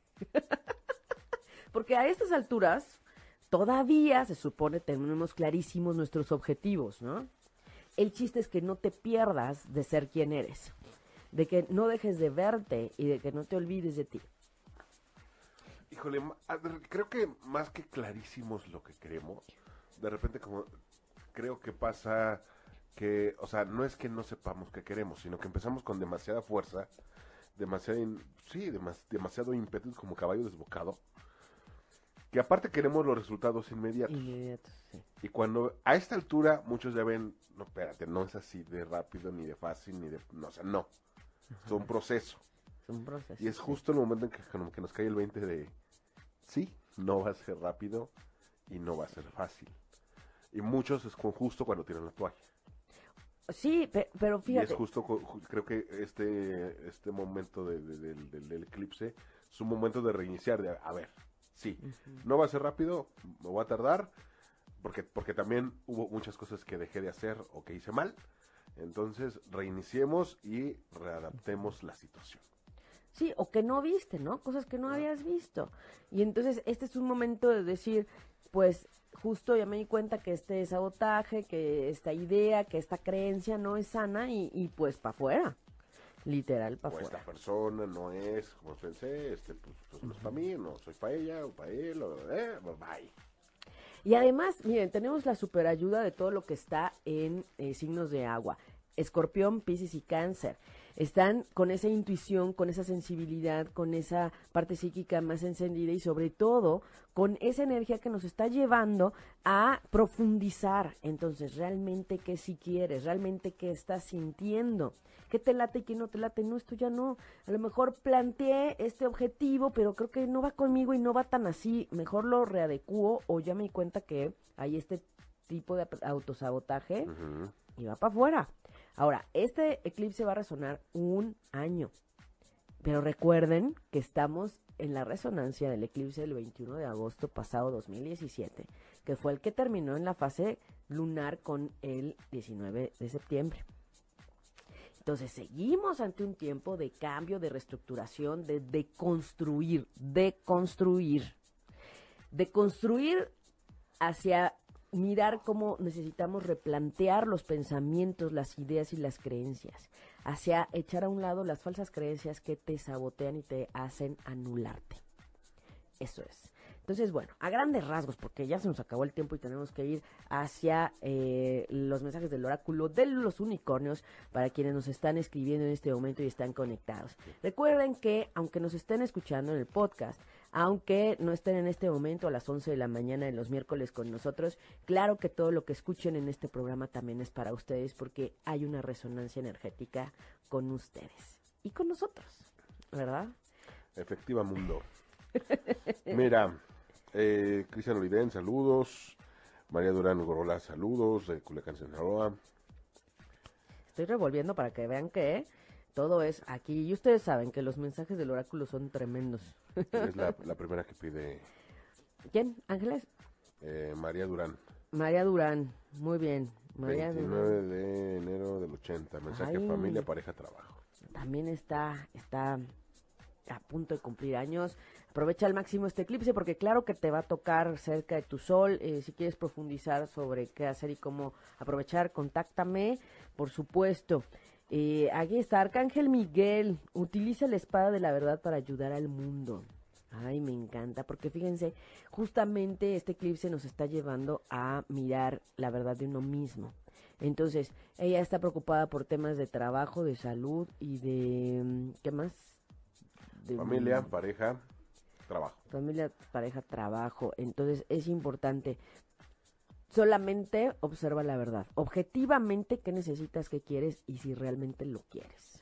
Speaker 2: Porque a estas alturas todavía se supone tenemos clarísimos nuestros objetivos, ¿no? El chiste es que no te pierdas de ser quien eres, de que no dejes de verte y de que no te olvides de ti.
Speaker 3: Híjole, creo que más que clarísimos lo que queremos, de repente como creo que pasa que, o sea, no es que no sepamos qué queremos, sino que empezamos con demasiada fuerza, demasiado, in, sí, demas, demasiado ímpetu como caballo desbocado, que aparte queremos los resultados inmediatos.
Speaker 2: Inmediatos, sí.
Speaker 3: Y cuando a esta altura muchos ya ven, no, espérate, no es así de rápido, ni de fácil, ni de, no, o sea, no. Ajá. Es un proceso.
Speaker 2: Es un proceso.
Speaker 3: Y es justo el momento en que, como que nos cae el veinte de, sí, no va a ser rápido y no va a ser fácil. Y muchos es con justo cuando tiran la toalla.
Speaker 2: Sí, pe- pero fíjate.
Speaker 3: Y es justo, creo que este este momento de, de, de, de, del eclipse es un momento de reiniciar, de, a ver, sí, uh-huh. No va a ser rápido, me voy a tardar, porque porque también hubo muchas cosas que dejé de hacer o que hice mal, entonces reiniciemos y readaptemos la situación.
Speaker 2: Sí, o que no viste, ¿no? Cosas que no habías visto. Y entonces este es un momento de decir, pues justo ya me di cuenta que este sabotaje, que esta idea, que esta creencia no es sana y, y pues para afuera, literal para afuera.
Speaker 3: Esta persona no es como pensé, este pues, pues no es para mí, no soy para ella o para él, o, eh, bye.
Speaker 2: Y además, miren, tenemos la super ayuda de todo lo que está en eh, signos de agua. Escorpión, Piscis y Cáncer. Están con esa intuición, con esa sensibilidad, con esa parte psíquica más encendida y sobre todo con esa energía que nos está llevando a profundizar. Entonces, realmente qué si quieres, realmente qué estás sintiendo, qué te late y qué no te late. No, esto ya no. A lo mejor planteé este objetivo, pero creo que no va conmigo y no va tan así. Mejor lo readecuo o ya me di cuenta que hay este tipo de autosabotaje uh-huh. Y va para afuera. Ahora, este eclipse va a resonar un año, pero recuerden que estamos en la resonancia del eclipse del veintiuno de agosto pasado dos mil diecisiete, que fue el que terminó en la fase lunar con el diecinueve de septiembre. Entonces, seguimos ante un tiempo de cambio, de reestructuración, de deconstruir, deconstruir, deconstruir hacia mirar cómo necesitamos replantear los pensamientos, las ideas y las creencias, hacia echar a un lado las falsas creencias que te sabotean y te hacen anularte. Eso es. Entonces, bueno, a grandes rasgos, porque ya se nos acabó el tiempo y tenemos que ir hacia eh, los mensajes del oráculo de los unicornios para quienes nos están escribiendo en este momento y están conectados. Recuerden que, aunque nos estén escuchando en el podcast, Aunque no estén en este momento a las once de la mañana de los miércoles con nosotros, claro que todo lo que escuchen en este programa también es para ustedes porque hay una resonancia energética con ustedes y con nosotros, ¿verdad?
Speaker 3: Efectiva mundo. Mira, eh, Cristian Olivén, saludos. María Durán Gorola, saludos. De Culiacán, Sinaloa.
Speaker 2: Estoy revolviendo para que vean que todo es aquí. Y ustedes saben que los mensajes del oráculo son tremendos.
Speaker 3: Es la, la primera que pide.
Speaker 2: ¿Quién? ¿Ángeles?
Speaker 3: Eh, María Durán.
Speaker 2: María Durán, muy bien. María
Speaker 3: veintinueve
Speaker 2: Durán.
Speaker 3: de enero del ochenta. Mensaje
Speaker 2: Ay.
Speaker 3: familia, pareja, trabajo.
Speaker 2: También está, está a punto de cumplir años. Aprovecha al máximo este eclipse porque claro que te va a tocar cerca de tu sol. Eh, si quieres profundizar sobre qué hacer y cómo aprovechar, contáctame, por supuesto. Eh, aquí está Arcángel Miguel. Utiliza la espada de la verdad para ayudar al mundo. Ay, me encanta, porque fíjense, justamente este eclipse nos está llevando a mirar la verdad de uno mismo. Entonces, ella está preocupada por temas de trabajo, de salud y de... ¿qué más? De,
Speaker 3: Familia, pareja, trabajo.
Speaker 2: Familia, pareja, trabajo. Entonces, es importante. Solamente observa la verdad. Objetivamente, qué necesitas, qué quieres y si realmente lo quieres.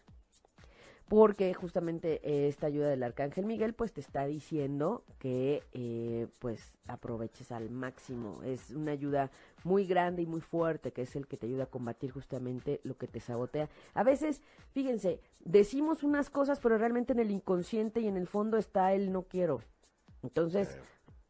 Speaker 2: Porque justamente eh, esta ayuda del Arcángel Miguel pues te está diciendo que eh, pues aproveches al máximo. Es una ayuda muy grande y muy fuerte que es el que te ayuda a combatir justamente lo que te sabotea. A veces, fíjense, decimos unas cosas pero realmente en el inconsciente y en el fondo está el no quiero. Entonces,
Speaker 3: Eh.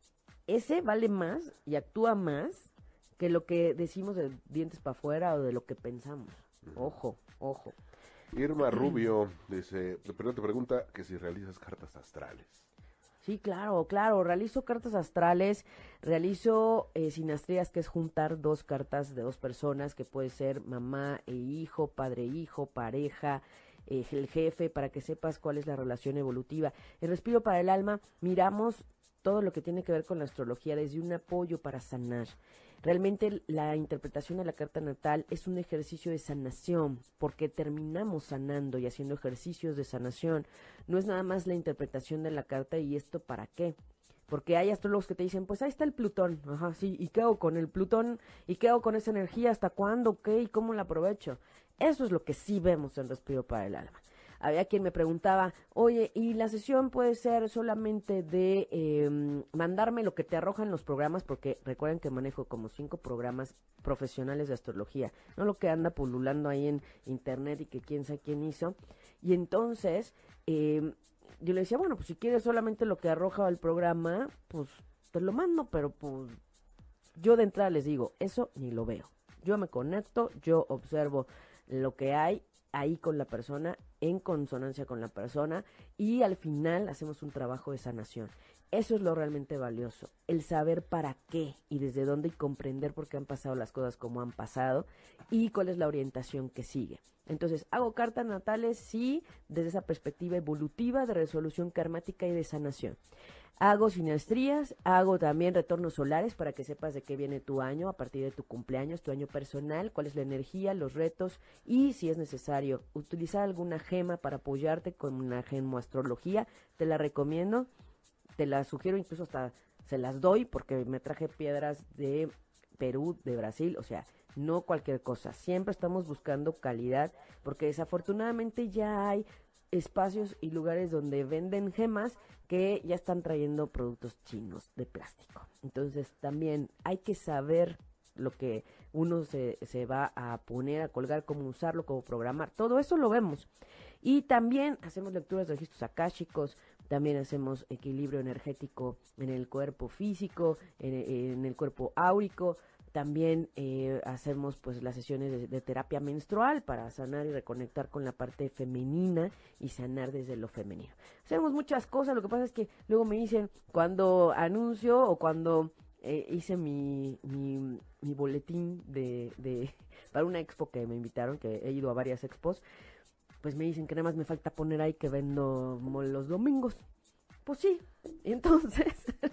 Speaker 2: ese vale más y actúa más que lo que decimos de dientes para afuera o de lo que pensamos. Ojo, ojo.
Speaker 3: Irma Rubio dice, primero te pregunta que si realizas cartas astrales.
Speaker 2: Sí, claro, claro, realizo cartas astrales, realizo eh, sinastrías, que es juntar dos cartas de dos personas, que puede ser mamá e hijo, padre e hijo, pareja, eh, el jefe, para que sepas cuál es la relación evolutiva. El respiro para el alma, miramos todo lo que tiene que ver con la astrología desde un apoyo para sanar. Realmente la interpretación de la carta natal es un ejercicio de sanación, porque terminamos sanando y haciendo ejercicios de sanación. No es nada más la interpretación de la carta y esto para qué. Porque hay astrólogos que te dicen, pues ahí está el Plutón, ajá, sí, ¿y qué hago con el Plutón? ¿Y qué hago con esa energía? ¿Hasta cuándo? ¿Qué? ¿Y cómo la aprovecho? Eso es lo que sí vemos en Respiro para el Alma. Había quien me preguntaba, oye, ¿y la sesión puede ser solamente de eh, mandarme lo que te arrojan los programas? Porque recuerden que manejo como cinco programas profesionales de astrología, no lo que anda pululando ahí en internet y que quién sabe quién hizo. Y entonces, eh, yo le decía, bueno, pues si quieres solamente lo que arroja el programa, pues te lo mando, pero pues yo de entrada les digo, eso ni lo veo. Yo me conecto, yo observo lo que hay ahí con la persona, en consonancia con la persona, y al final hacemos un trabajo de sanación. Eso es lo realmente valioso, el saber para qué y desde dónde y comprender por qué han pasado las cosas como han pasado y cuál es la orientación que sigue. Entonces, hago cartas natales, sí, desde esa perspectiva evolutiva de resolución karmática y de sanación. Hago sinastrías, hago también retornos solares para que sepas de qué viene tu año a partir de tu cumpleaños, tu año personal, cuál es la energía, los retos y si es necesario utilizar alguna gema para apoyarte con una gemoastrología, te la recomiendo, te la sugiero, incluso hasta se las doy porque me traje piedras de Perú, de Brasil, o sea, no cualquier cosa, siempre estamos buscando calidad porque desafortunadamente ya hay espacios y lugares donde venden gemas que ya están trayendo productos chinos de plástico. Entonces también hay que saber lo que uno se, se va a poner, a colgar, cómo usarlo, cómo programar. Todo eso lo vemos. Y también hacemos lecturas de registros akáshicos, también hacemos equilibrio energético en el cuerpo físico, en, en el cuerpo áurico. También eh, hacemos pues las sesiones de, de terapia menstrual para sanar y reconectar con la parte femenina y sanar desde lo femenino. Hacemos muchas cosas, lo que pasa es que luego me dicen cuando anuncio o cuando eh, hice mi, mi, mi boletín de, de para una expo que me invitaron, que he ido a varias expos, pues me dicen que nada más me falta poner ahí que vendo los domingos. Pues sí, entonces...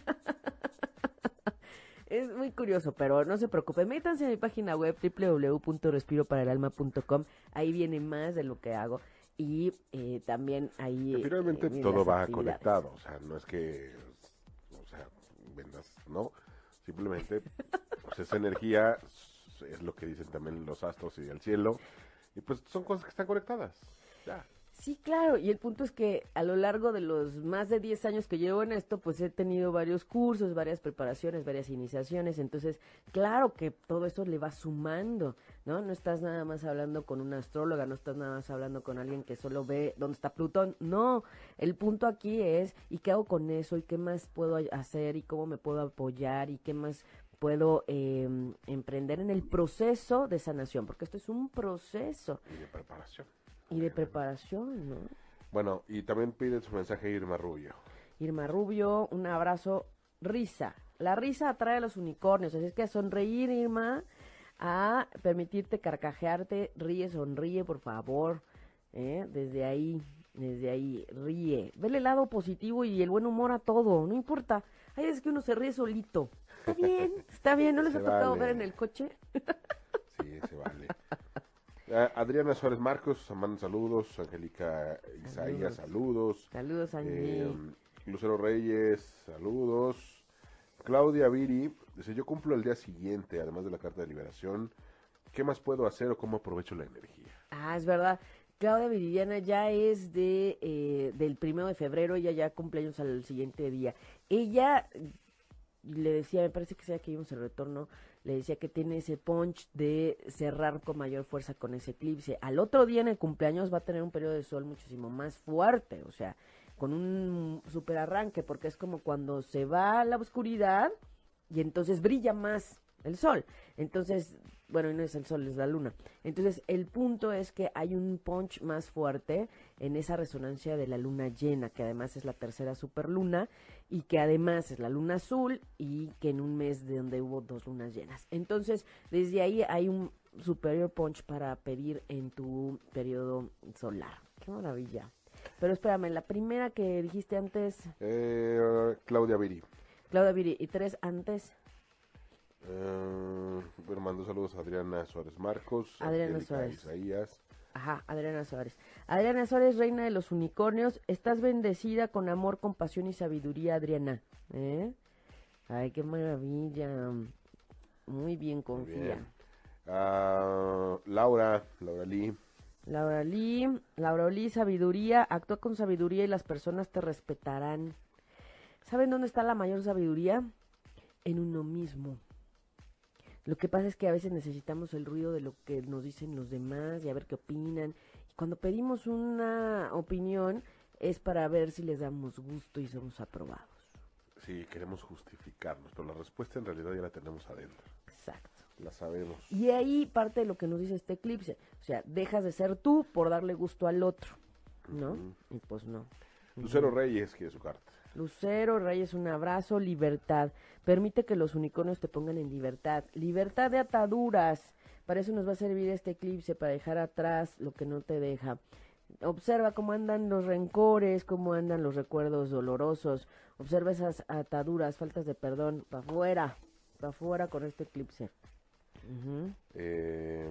Speaker 2: Es muy curioso, pero no se preocupen. Métanse en mi página web doble u doble u doble u punto respiro para el alma punto com. Ahí viene más de lo que hago. Y eh, también ahí...
Speaker 3: Que finalmente
Speaker 2: eh,
Speaker 3: todo va
Speaker 2: actividades.
Speaker 3: conectado. O sea, no es que ¿no? Simplemente, pues esa energía es lo que dicen también los astros y el cielo, y pues son cosas que están conectadas, ya.
Speaker 2: Sí, claro, y el punto es que a lo largo de los más de diez años que llevo en esto, pues he tenido varios cursos, varias preparaciones, varias iniciaciones, entonces, claro que todo eso le va sumando, ¿no? No estás nada más hablando con una astróloga, no estás nada más hablando con alguien que solo ve dónde está Plutón, no, el punto aquí es, ¿y qué hago con eso? ¿Y qué más puedo hacer? ¿Y cómo me puedo apoyar? ¿Y qué más puedo eh, emprender en el proceso de sanación? Porque esto es un proceso.
Speaker 3: Y de preparación.
Speaker 2: Y de preparación, ¿no?
Speaker 3: Bueno, y también pide su mensaje Irma Rubio.
Speaker 2: Irma Rubio, un abrazo, risa. La risa atrae a los unicornios, así es que a sonreír, Irma, a permitirte carcajearte, ríe, sonríe, por favor, ¿eh? Desde ahí, desde ahí, ríe. Vele el lado positivo y el buen humor a todo, no importa. Hay veces que uno se ríe solito. Está bien, está bien, ¿no les
Speaker 3: Se
Speaker 2: ha tocado
Speaker 3: vale.
Speaker 2: ver en el coche?
Speaker 3: Sí, se vale. Uh, Adriana Suárez Marcos, manda saludos. Angélica Isaías, saludos.
Speaker 2: Saludos, Angie.
Speaker 3: Eh, Lucero Reyes, saludos. Claudia Viri, dice, yo cumplo el día siguiente, además de la carta de liberación. ¿Qué más puedo hacer o cómo aprovecho la energía?
Speaker 2: Ah, es verdad. Claudia Viridiana ya es de eh, del primero de febrero, ella ya cumpleaños al siguiente día. Ella le decía, me parece que sea que vimos el retorno, le decía que tiene ese punch de cerrar con mayor fuerza con ese eclipse. Al otro día en el cumpleaños va a tener un periodo de sol muchísimo más fuerte, o sea, con un super arranque, porque es como cuando se va a la oscuridad y entonces brilla más el sol. Entonces, bueno, y no es el sol, es la luna. Entonces, el punto es que hay un punch más fuerte en esa resonancia de la luna llena, que además es la tercera superluna, y que además es la luna azul, y que en un mes de donde hubo dos lunas llenas. Entonces, desde ahí hay un superior punch para pedir en tu periodo solar. ¡Qué maravilla! Pero espérame, la primera que dijiste antes...
Speaker 3: Eh, Claudia Viri.
Speaker 2: Claudia Viri, y tres antes...
Speaker 3: Uh, bueno, mando saludos a Adriana Suárez Marcos,
Speaker 2: Adriana
Speaker 3: Angélica
Speaker 2: Suárez.
Speaker 3: Isaías.
Speaker 2: Ajá, Adriana Suárez. Adriana Suárez, reina de los unicornios. Estás bendecida con amor, compasión y sabiduría, Adriana. ¿Eh? Ay, qué maravilla. Muy bien, confía.
Speaker 3: Muy bien. Uh, Laura, Laura Lee.
Speaker 2: Laura Lee, Laura Lee, sabiduría. Actúa con sabiduría y las personas te respetarán. ¿Saben dónde está la mayor sabiduría? En uno mismo. Lo que pasa es que a veces necesitamos el ruido de lo que nos dicen los demás y a ver qué opinan. Y cuando pedimos una opinión es para ver si les damos gusto y somos aprobados.
Speaker 3: Sí, queremos justificarnos, pero la respuesta en realidad ya la tenemos adentro.
Speaker 2: Exacto.
Speaker 3: La sabemos.
Speaker 2: Y ahí parte de lo que nos dice este eclipse. O sea, dejas de ser tú por darle gusto al otro, ¿no? Uh-huh. Y pues no.
Speaker 3: Lucero uh-huh. Reyes quiere su carta.
Speaker 2: Lucero Reyes, un abrazo, libertad. Permite que los unicornios te pongan en libertad. Libertad de ataduras. Para eso nos va a servir este eclipse, para dejar atrás lo que no te deja. Observa cómo andan los rencores, cómo andan los recuerdos dolorosos. Observa esas ataduras, faltas de perdón. Para afuera, para afuera con este eclipse. Uh-huh.
Speaker 3: Eh,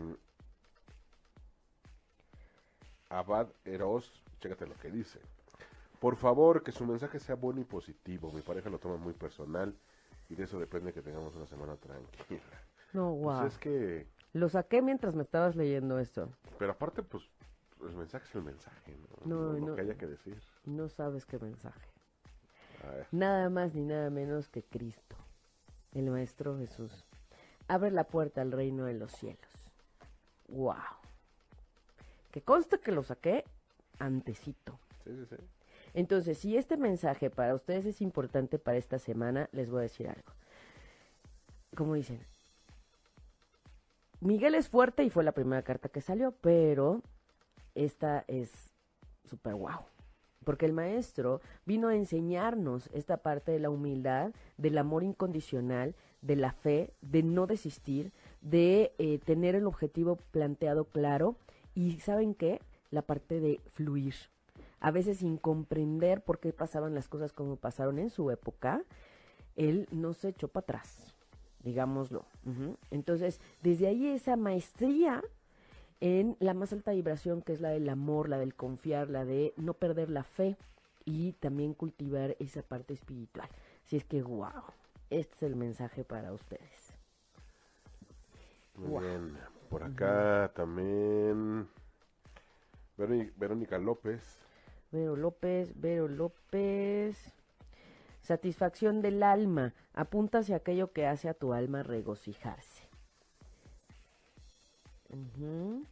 Speaker 3: Abad Eros, chécate lo que dice. Por favor, que su mensaje sea bueno y positivo. Mi pareja lo toma muy personal y de eso depende que tengamos una semana tranquila.
Speaker 2: No, wow.
Speaker 3: Pues es que...
Speaker 2: Lo saqué mientras me estabas leyendo esto.
Speaker 3: Pero aparte, pues, el mensaje es el mensaje, ¿no?
Speaker 2: No,
Speaker 3: no,
Speaker 2: no
Speaker 3: lo que haya que decir.
Speaker 2: No sabes qué mensaje.
Speaker 3: A ver.
Speaker 2: Nada más ni nada menos que Cristo, el Maestro Jesús. Abre la puerta al reino de los cielos. Wow. Que conste que lo saqué antecito.
Speaker 3: Sí, sí, sí.
Speaker 2: Entonces, si este mensaje para ustedes es importante para esta semana, les voy a decir algo. Como dicen, Miguel es fuerte y fue la primera carta que salió, pero esta es súper guau. Porque el maestro vino a enseñarnos esta parte de la humildad, del amor incondicional, de la fe, de no desistir, de eh, tener el objetivo planteado claro y, ¿saben qué? La parte de fluir. A veces sin comprender por qué pasaban las cosas como pasaron en su época, él no se echó para atrás, digámoslo. Uh-huh. Entonces, desde ahí esa maestría en la más alta vibración, que es la del amor, la del confiar, la de no perder la fe y también cultivar esa parte espiritual. Así es que, wow. Este es el mensaje para ustedes.
Speaker 3: Muy
Speaker 2: Wow.
Speaker 3: bien. Por acá también Veroni- Verónica López.
Speaker 2: Vero López, Vero López. Satisfacción del alma. Apunta hacia aquello que hace a tu alma regocijarse. Ujú.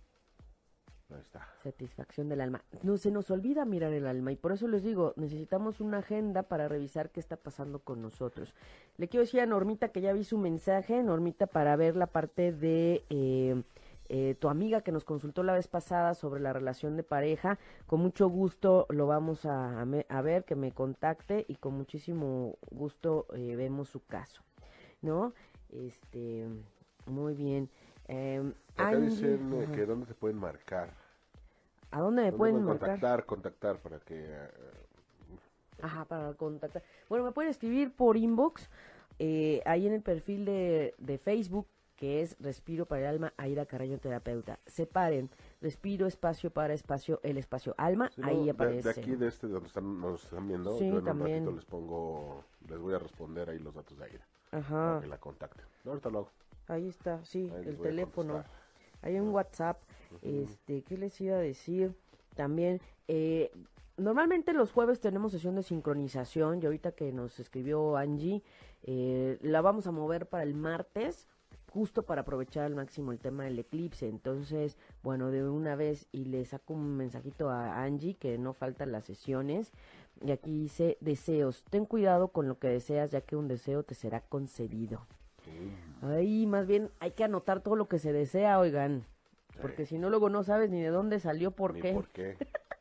Speaker 3: Ahí está.
Speaker 2: Satisfacción del alma. No se nos olvida mirar el alma y por eso les digo, necesitamos una agenda para revisar qué está pasando con nosotros. Le quiero decir a Normita que ya vi su mensaje, Normita, para ver la parte de eh, eh, tu amiga que nos consultó la vez pasada sobre la relación de pareja. Con mucho gusto lo vamos a, a, me- a ver, que me contacte y con muchísimo gusto eh, vemos su caso, ¿no? Este, muy bien. Em,
Speaker 3: Por acá
Speaker 2: Angie,
Speaker 3: dicen eh,
Speaker 2: ajá.
Speaker 3: que dónde te pueden marcar.
Speaker 2: ¿A dónde me
Speaker 3: ¿Dónde
Speaker 2: pueden
Speaker 3: pueden
Speaker 2: marcar?
Speaker 3: contactar? Contactar para que... eh,
Speaker 2: Ajá, para contactar. Bueno, me pueden escribir por inbox, eh, ahí en el perfil de, de Facebook, que es Respiro para el Alma, Aida Carreño Terapeuta. Separen, Respiro, espacio para espacio, el espacio Alma,
Speaker 3: si no,
Speaker 2: ahí
Speaker 3: de,
Speaker 2: aparece.
Speaker 3: de aquí, de este donde están, nos están viendo,
Speaker 2: Sí,
Speaker 3: yo en
Speaker 2: también.
Speaker 3: un ratito les pongo, les voy a responder ahí los datos de Aida, para
Speaker 2: Ajá,
Speaker 3: que la contacten. Ahorita lo hago.
Speaker 2: ahí está, sí,
Speaker 3: Ahí les
Speaker 2: el
Speaker 3: voy a
Speaker 2: teléfono.
Speaker 3: contestar.
Speaker 2: Hay un WhatsApp, este, ¿qué les iba a decir? También, eh, normalmente los jueves tenemos sesión de sincronización y ahorita que nos escribió Angie, eh, la vamos a mover para el martes, justo para aprovechar al máximo el tema del eclipse. Entonces, bueno, de una vez y le saco un mensajito a Angie que no faltan las sesiones. Y aquí dice deseos. Ten cuidado con lo que deseas, ya que un deseo te será concedido. Ay, más bien hay que anotar todo lo que se desea, oigan. Porque si no, luego no sabes ni de dónde salió, por
Speaker 3: Ni
Speaker 2: qué.
Speaker 3: por qué.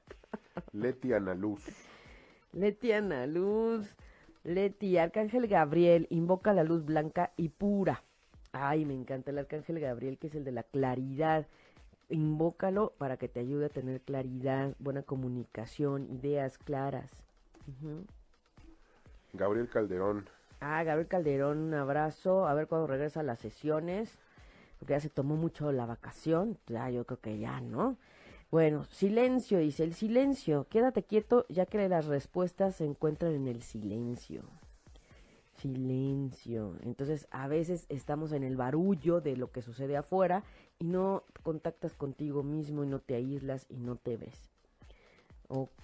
Speaker 3: Leti Ana Luz.
Speaker 2: Leti Ana Luz, Leti, Arcángel Gabriel, invoca la luz blanca y pura. Ay, me encanta el Arcángel Gabriel, que es el de la claridad. Invócalo para que te ayude a tener claridad, buena comunicación, ideas claras. Ujú.
Speaker 3: Gabriel Calderón.
Speaker 2: Ah, Gabriel Calderón, un abrazo. A ver cuándo regresa a las sesiones. Porque ya se tomó mucho la vacación. Ya, yo creo que ya, ¿no? Bueno, silencio, dice. El silencio. Quédate quieto, ya que las respuestas se encuentran en el silencio. Silencio. Entonces, a veces estamos en el barullo de lo que sucede afuera y no contactas contigo mismo y no te aíslas y no te ves. Ok.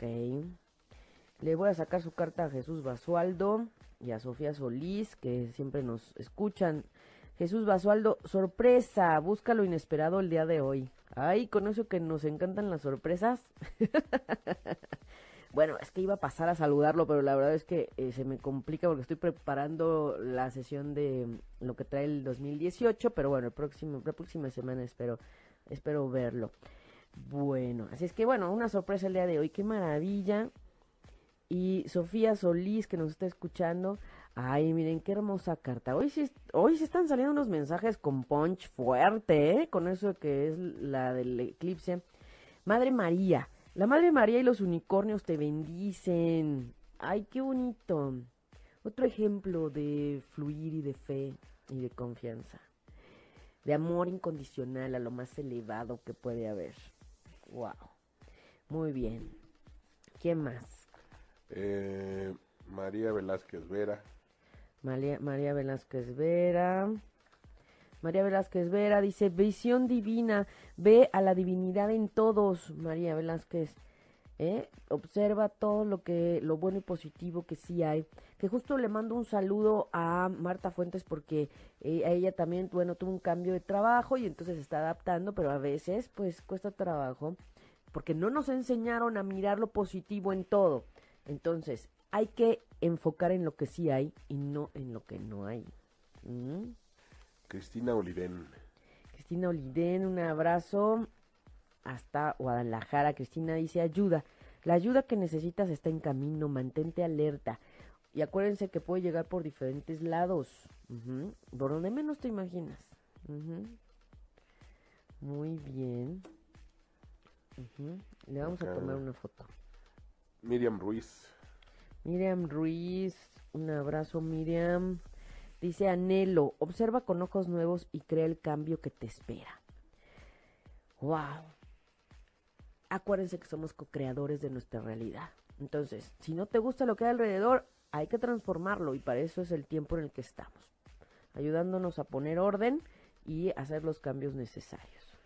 Speaker 2: Le voy a sacar su carta a Jesús Basualdo y a Sofía Solís, que siempre nos escuchan. Jesús Basualdo, sorpresa, busca lo inesperado el día de hoy. Ay, con eso que nos encantan las sorpresas. Bueno, es que iba a pasar a saludarlo, pero la verdad es que eh, se me complica porque estoy preparando la sesión de mm, lo que trae el dos mil dieciocho, pero bueno, el próximo, la próxima semana espero, espero verlo. Bueno, así es que bueno, una sorpresa el día de hoy, qué maravilla. Y Sofía Solís, que nos está escuchando. Ay, miren qué hermosa carta. Hoy sí, hoy sí están saliendo unos mensajes con punch fuerte, ¿eh? Con eso que es la del eclipse. Madre María, la Madre María y los unicornios te bendicen. Ay, qué bonito. Otro ejemplo de fluir y de fe y de confianza. De amor incondicional a lo más elevado que puede haber. Wow. Muy bien. ¿Quién más?
Speaker 3: Eh, María Velázquez Vera.
Speaker 2: María, María Velázquez Vera. María Velázquez Vera dice, visión divina, ve a la divinidad en todos, María Velázquez. ¿Eh? Observa todo lo que, lo bueno y positivo que sí hay. Que justo le mando un saludo a Marta Fuentes porque eh, a ella también, bueno, tuvo un cambio de trabajo y entonces se está adaptando, pero a veces pues cuesta trabajo porque no nos enseñaron a mirar lo positivo en todo. Entonces, hay que enfocar en lo que sí hay y no en lo que no hay. ¿Mm?
Speaker 3: Cristina Olivén.
Speaker 2: Cristina Oliden, un abrazo hasta Guadalajara. Cristina dice, ayuda. La ayuda que necesitas está en camino, mantente alerta. Y acuérdense que puede llegar por diferentes lados. Uh-huh. Por donde menos te imaginas. Uh-huh. Muy bien. Uh-huh. Le vamos
Speaker 3: Acá.
Speaker 2: a tomar una foto.
Speaker 3: Miriam Ruiz.
Speaker 2: Miriam Ruiz, un abrazo Miriam. Dice Anhelo, observa con ojos nuevos y crea el cambio que te espera. Wow. Acuérdense que somos co-creadores de nuestra realidad. Entonces, si no te gusta lo que hay alrededor, hay que transformarlo y para eso es el tiempo en el que estamos, ayudándonos a poner orden y hacer los cambios necesarios.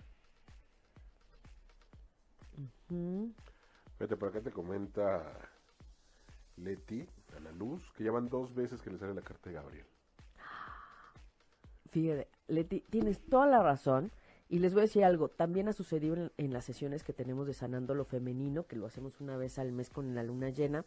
Speaker 2: Uh-huh.
Speaker 3: Fíjate, por acá te comenta Leti, Ana Luz, que ya van dos veces que le sale la carta de Gabriel.
Speaker 2: Fíjate, Leti, tienes toda la razón. Y les voy a decir algo, también ha sucedido en, en las sesiones que tenemos de Sanando lo Femenino, que lo hacemos una vez al mes con la luna llena.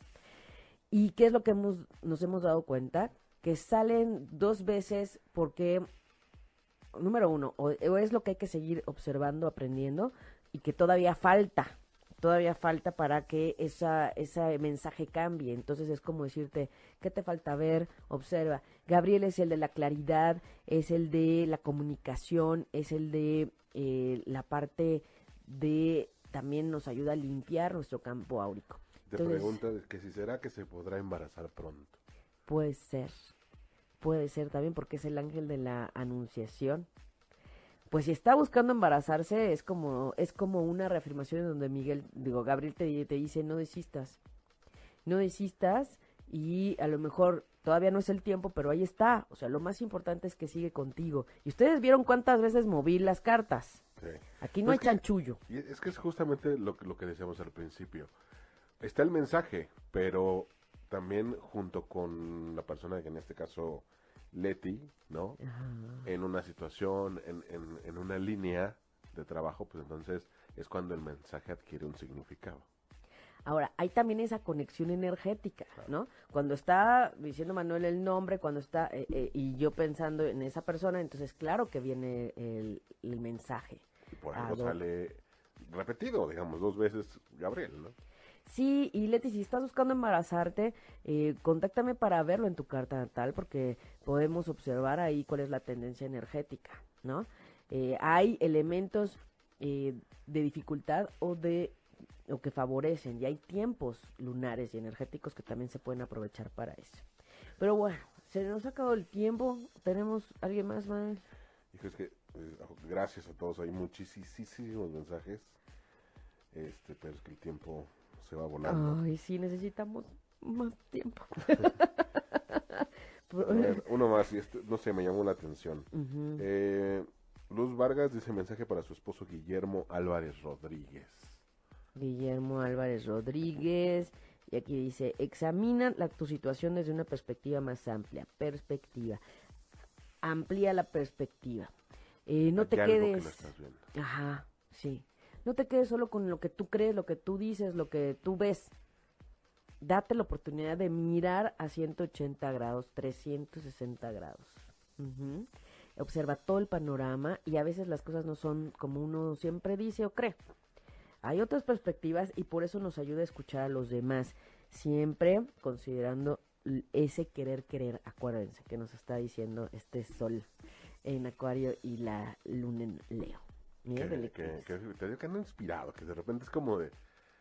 Speaker 2: ¿Y qué es lo que hemos, nos hemos dado cuenta? Que salen dos veces porque, número uno, o, o es lo que hay que seguir observando, aprendiendo, y que todavía falta, todavía falta para que esa, ese mensaje cambie. Entonces es como decirte, ¿qué te falta ver? Observa. Gabriel es el de la claridad, es el de la comunicación, es el de eh, la parte de, también nos ayuda a limpiar nuestro campo áurico.
Speaker 3: Te
Speaker 2: Entonces,
Speaker 3: pregunta que si será que se podrá embarazar pronto.
Speaker 2: Puede ser, puede ser también porque es el ángel de la anunciación. Pues si está buscando embarazarse, es como es como una reafirmación en donde Miguel, digo, Gabriel te, te dice, no desistas, no desistas, y a lo mejor todavía no es el tiempo, pero ahí está. O sea, lo más importante es que sigue contigo. Y ustedes vieron cuántas veces moví las cartas.
Speaker 3: Sí.
Speaker 2: Aquí no
Speaker 3: Pues
Speaker 2: hay
Speaker 3: que,
Speaker 2: chanchullo.
Speaker 3: Y es que es justamente lo, que- lo que decíamos al principio. Está el mensaje, pero también junto con la persona que en este caso Leti, ¿no?
Speaker 2: Ajá.
Speaker 3: En una situación, en, en, en una línea de trabajo, pues entonces es cuando el mensaje adquiere un significado.
Speaker 2: Ahora, hay también esa conexión energética, ¿no? Cuando está diciendo Manuel el nombre, cuando está, eh, eh, y yo pensando en esa persona, entonces claro que viene el, el mensaje.
Speaker 3: Y por
Speaker 2: Ah,
Speaker 3: algo
Speaker 2: do-
Speaker 3: sale repetido, digamos, dos veces Gabriel, ¿no?
Speaker 2: Sí, y Leti, si estás buscando embarazarte, eh, contáctame para verlo en tu carta natal, porque podemos observar ahí cuál es la tendencia energética, ¿no? Eh, hay elementos eh, de dificultad o de o que favorecen, y hay tiempos lunares y energéticos que también se pueden aprovechar para eso. Pero bueno, se nos ha acabado el tiempo. ¿Tenemos alguien más, Manuel?
Speaker 3: Hijo, es que eh, gracias a todos, hay muchísimos mensajes, este, pero es que el tiempo se va volando.
Speaker 2: Ay, sí, necesitamos más tiempo.
Speaker 3: A ver, uno más, y este, no sé, me llamó la atención.
Speaker 2: Ujú.
Speaker 3: Eh, Luz Vargas dice mensaje para su esposo Guillermo Álvarez Rodríguez.
Speaker 2: Guillermo Álvarez Rodríguez, y aquí dice, examina la, tu situación desde una perspectiva más amplia, perspectiva, amplía la perspectiva, eh, no
Speaker 3: Hay
Speaker 2: te
Speaker 3: algo que
Speaker 2: quedes,
Speaker 3: no estás viendo.
Speaker 2: ajá, sí, no te quedes solo con lo que tú crees, lo que tú dices, lo que tú ves, date la oportunidad de mirar a ciento ochenta grados, trescientos sesenta grados, Ujú. Observa todo el panorama, y a veces las cosas no son como uno siempre dice o cree. Hay otras perspectivas y por eso nos ayuda a escuchar a los demás, siempre considerando l- ese querer querer. Acuérdense que nos está diciendo este sol en Acuario y la luna en Leo. Mira,
Speaker 3: Que,
Speaker 2: del
Speaker 3: que,
Speaker 2: eclipse.
Speaker 3: que te digo que ando inspirado, que de repente es como de,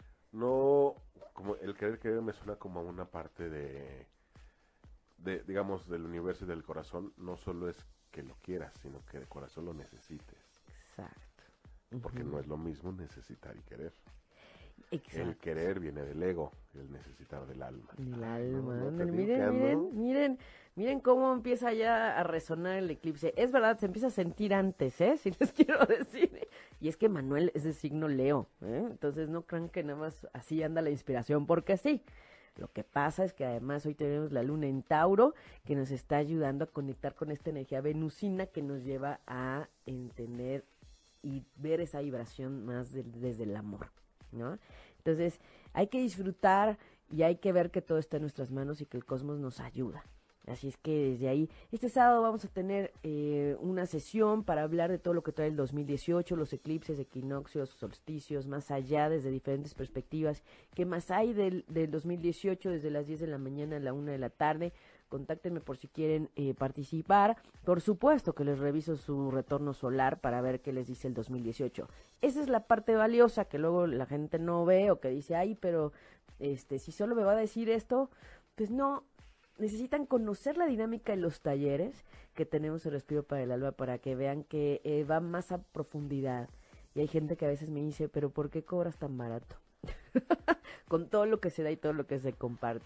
Speaker 3: no, como el querer querer me suena como a una parte de, de, digamos, del universo y del corazón, no solo es que lo quieras, sino que de corazón lo necesites,
Speaker 2: Exacto.
Speaker 3: porque
Speaker 2: Ujú.
Speaker 3: no es lo mismo necesitar y querer. El
Speaker 2: Exacto.
Speaker 3: querer viene del ego, y el necesitar del alma.
Speaker 2: El
Speaker 3: Ay, no,
Speaker 2: alma,
Speaker 3: no, te
Speaker 2: ándale,
Speaker 3: digo que
Speaker 2: miren,
Speaker 3: ando-
Speaker 2: miren, miren, miren cómo empieza ya a resonar el eclipse. Es verdad, se empieza a sentir antes, ¿eh? Si les quiero decir. Y es que Manuel es de signo Leo, ¿eh? Entonces no crean que nada más así anda la inspiración, porque sí. Lo que pasa es que además hoy tenemos la luna en Tauro, que nos está ayudando a conectar con esta energía venusina que nos lleva a entender y ver esa vibración más del- desde el amor, ¿no? Entonces, hay que disfrutar y hay que ver que todo está en nuestras manos y que el cosmos nos ayuda. Así es que desde ahí, este sábado vamos a tener eh, una sesión para hablar de todo lo que trae el dos mil dieciocho, los eclipses, equinoccios, solsticios, más allá, desde diferentes perspectivas. ¿Qué más hay del, del dos mil dieciocho desde las diez de la mañana a la una de la tarde? Contáctenme por si quieren eh, participar. Por supuesto que les reviso su retorno solar para ver qué les dice el dos mil dieciocho. Esa es la parte valiosa que luego la gente no ve o que dice, ay, pero este, si solo me va a decir esto, pues no. Necesitan conocer la dinámica de los talleres que tenemos en Respiro para el Alma para que vean que eh, va más a profundidad. Y hay gente que a veces me dice, pero ¿por qué cobras tan barato? Con todo lo que se da y todo lo que se comparte.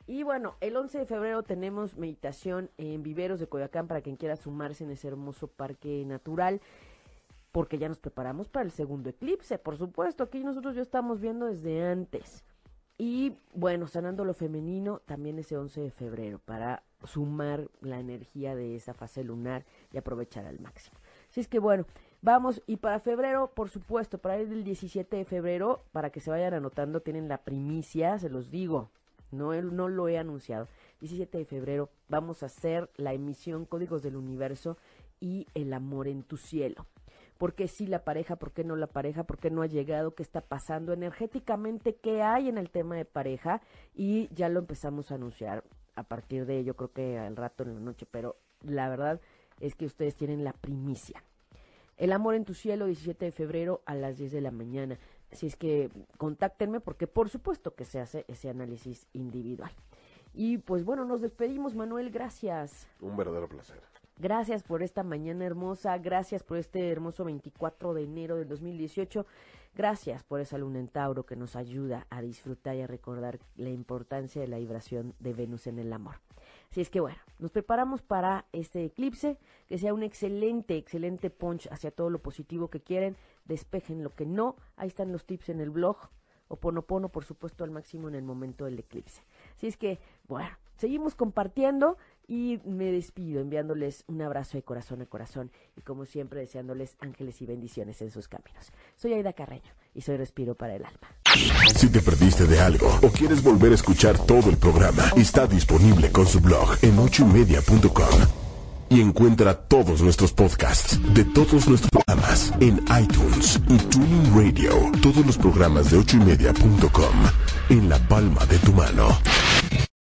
Speaker 2: Y bueno, el once de febrero tenemos meditación en Viveros de Coyoacán para quien quiera sumarse en ese hermoso parque natural, porque ya nos preparamos para el segundo eclipse, por supuesto, aquí nosotros ya estamos viendo desde antes. Y bueno, sanando lo femenino también ese once de febrero para sumar la energía de esa fase lunar y aprovechar al máximo. Así es que bueno, vamos, y para febrero, por supuesto, para el diecisiete de febrero, para que se vayan anotando, tienen la primicia, se los digo. No, no lo he anunciado. diecisiete de febrero vamos a hacer la emisión Códigos del Universo y el amor en tu cielo. ¿Por qué sí la pareja? ¿Por qué no la pareja? ¿Por qué no ha llegado? ¿Qué está pasando energéticamente? ¿Qué hay en el tema de pareja? Y ya lo empezamos a anunciar a partir de, yo creo que al rato en la noche, pero la verdad es que ustedes tienen la primicia. El amor en tu cielo, diecisiete de febrero a las diez de la mañana. Así es que contáctenme porque por supuesto que se hace ese análisis individual. Y pues bueno, nos despedimos, Manuel, gracias.
Speaker 3: Un verdadero placer.
Speaker 2: Gracias por esta mañana hermosa, gracias por este hermoso veinticuatro de enero del dos mil dieciocho, gracias por esa luna en Tauro que nos ayuda a disfrutar y a recordar la importancia de la vibración de Venus en el amor. Así es que bueno, nos preparamos para este eclipse, que sea un excelente, excelente punch hacia todo lo positivo que quieren, despejen lo que no, ahí están los tips en el blog, Ho'oponopono por supuesto al máximo en el momento del eclipse. Así es que bueno, seguimos compartiendo y me despido enviándoles un abrazo de corazón a corazón y como siempre deseándoles ángeles y bendiciones en sus caminos. Soy Aida Carreño y soy Respiro para el Alma.
Speaker 1: Si te perdiste de algo o quieres volver a escuchar todo el programa, está disponible con su blog en ocho y media punto com. Y encuentra todos nuestros podcasts de todos nuestros programas en iTunes y Tuning Radio. Todos los programas de ocho y media punto com en la palma de tu mano.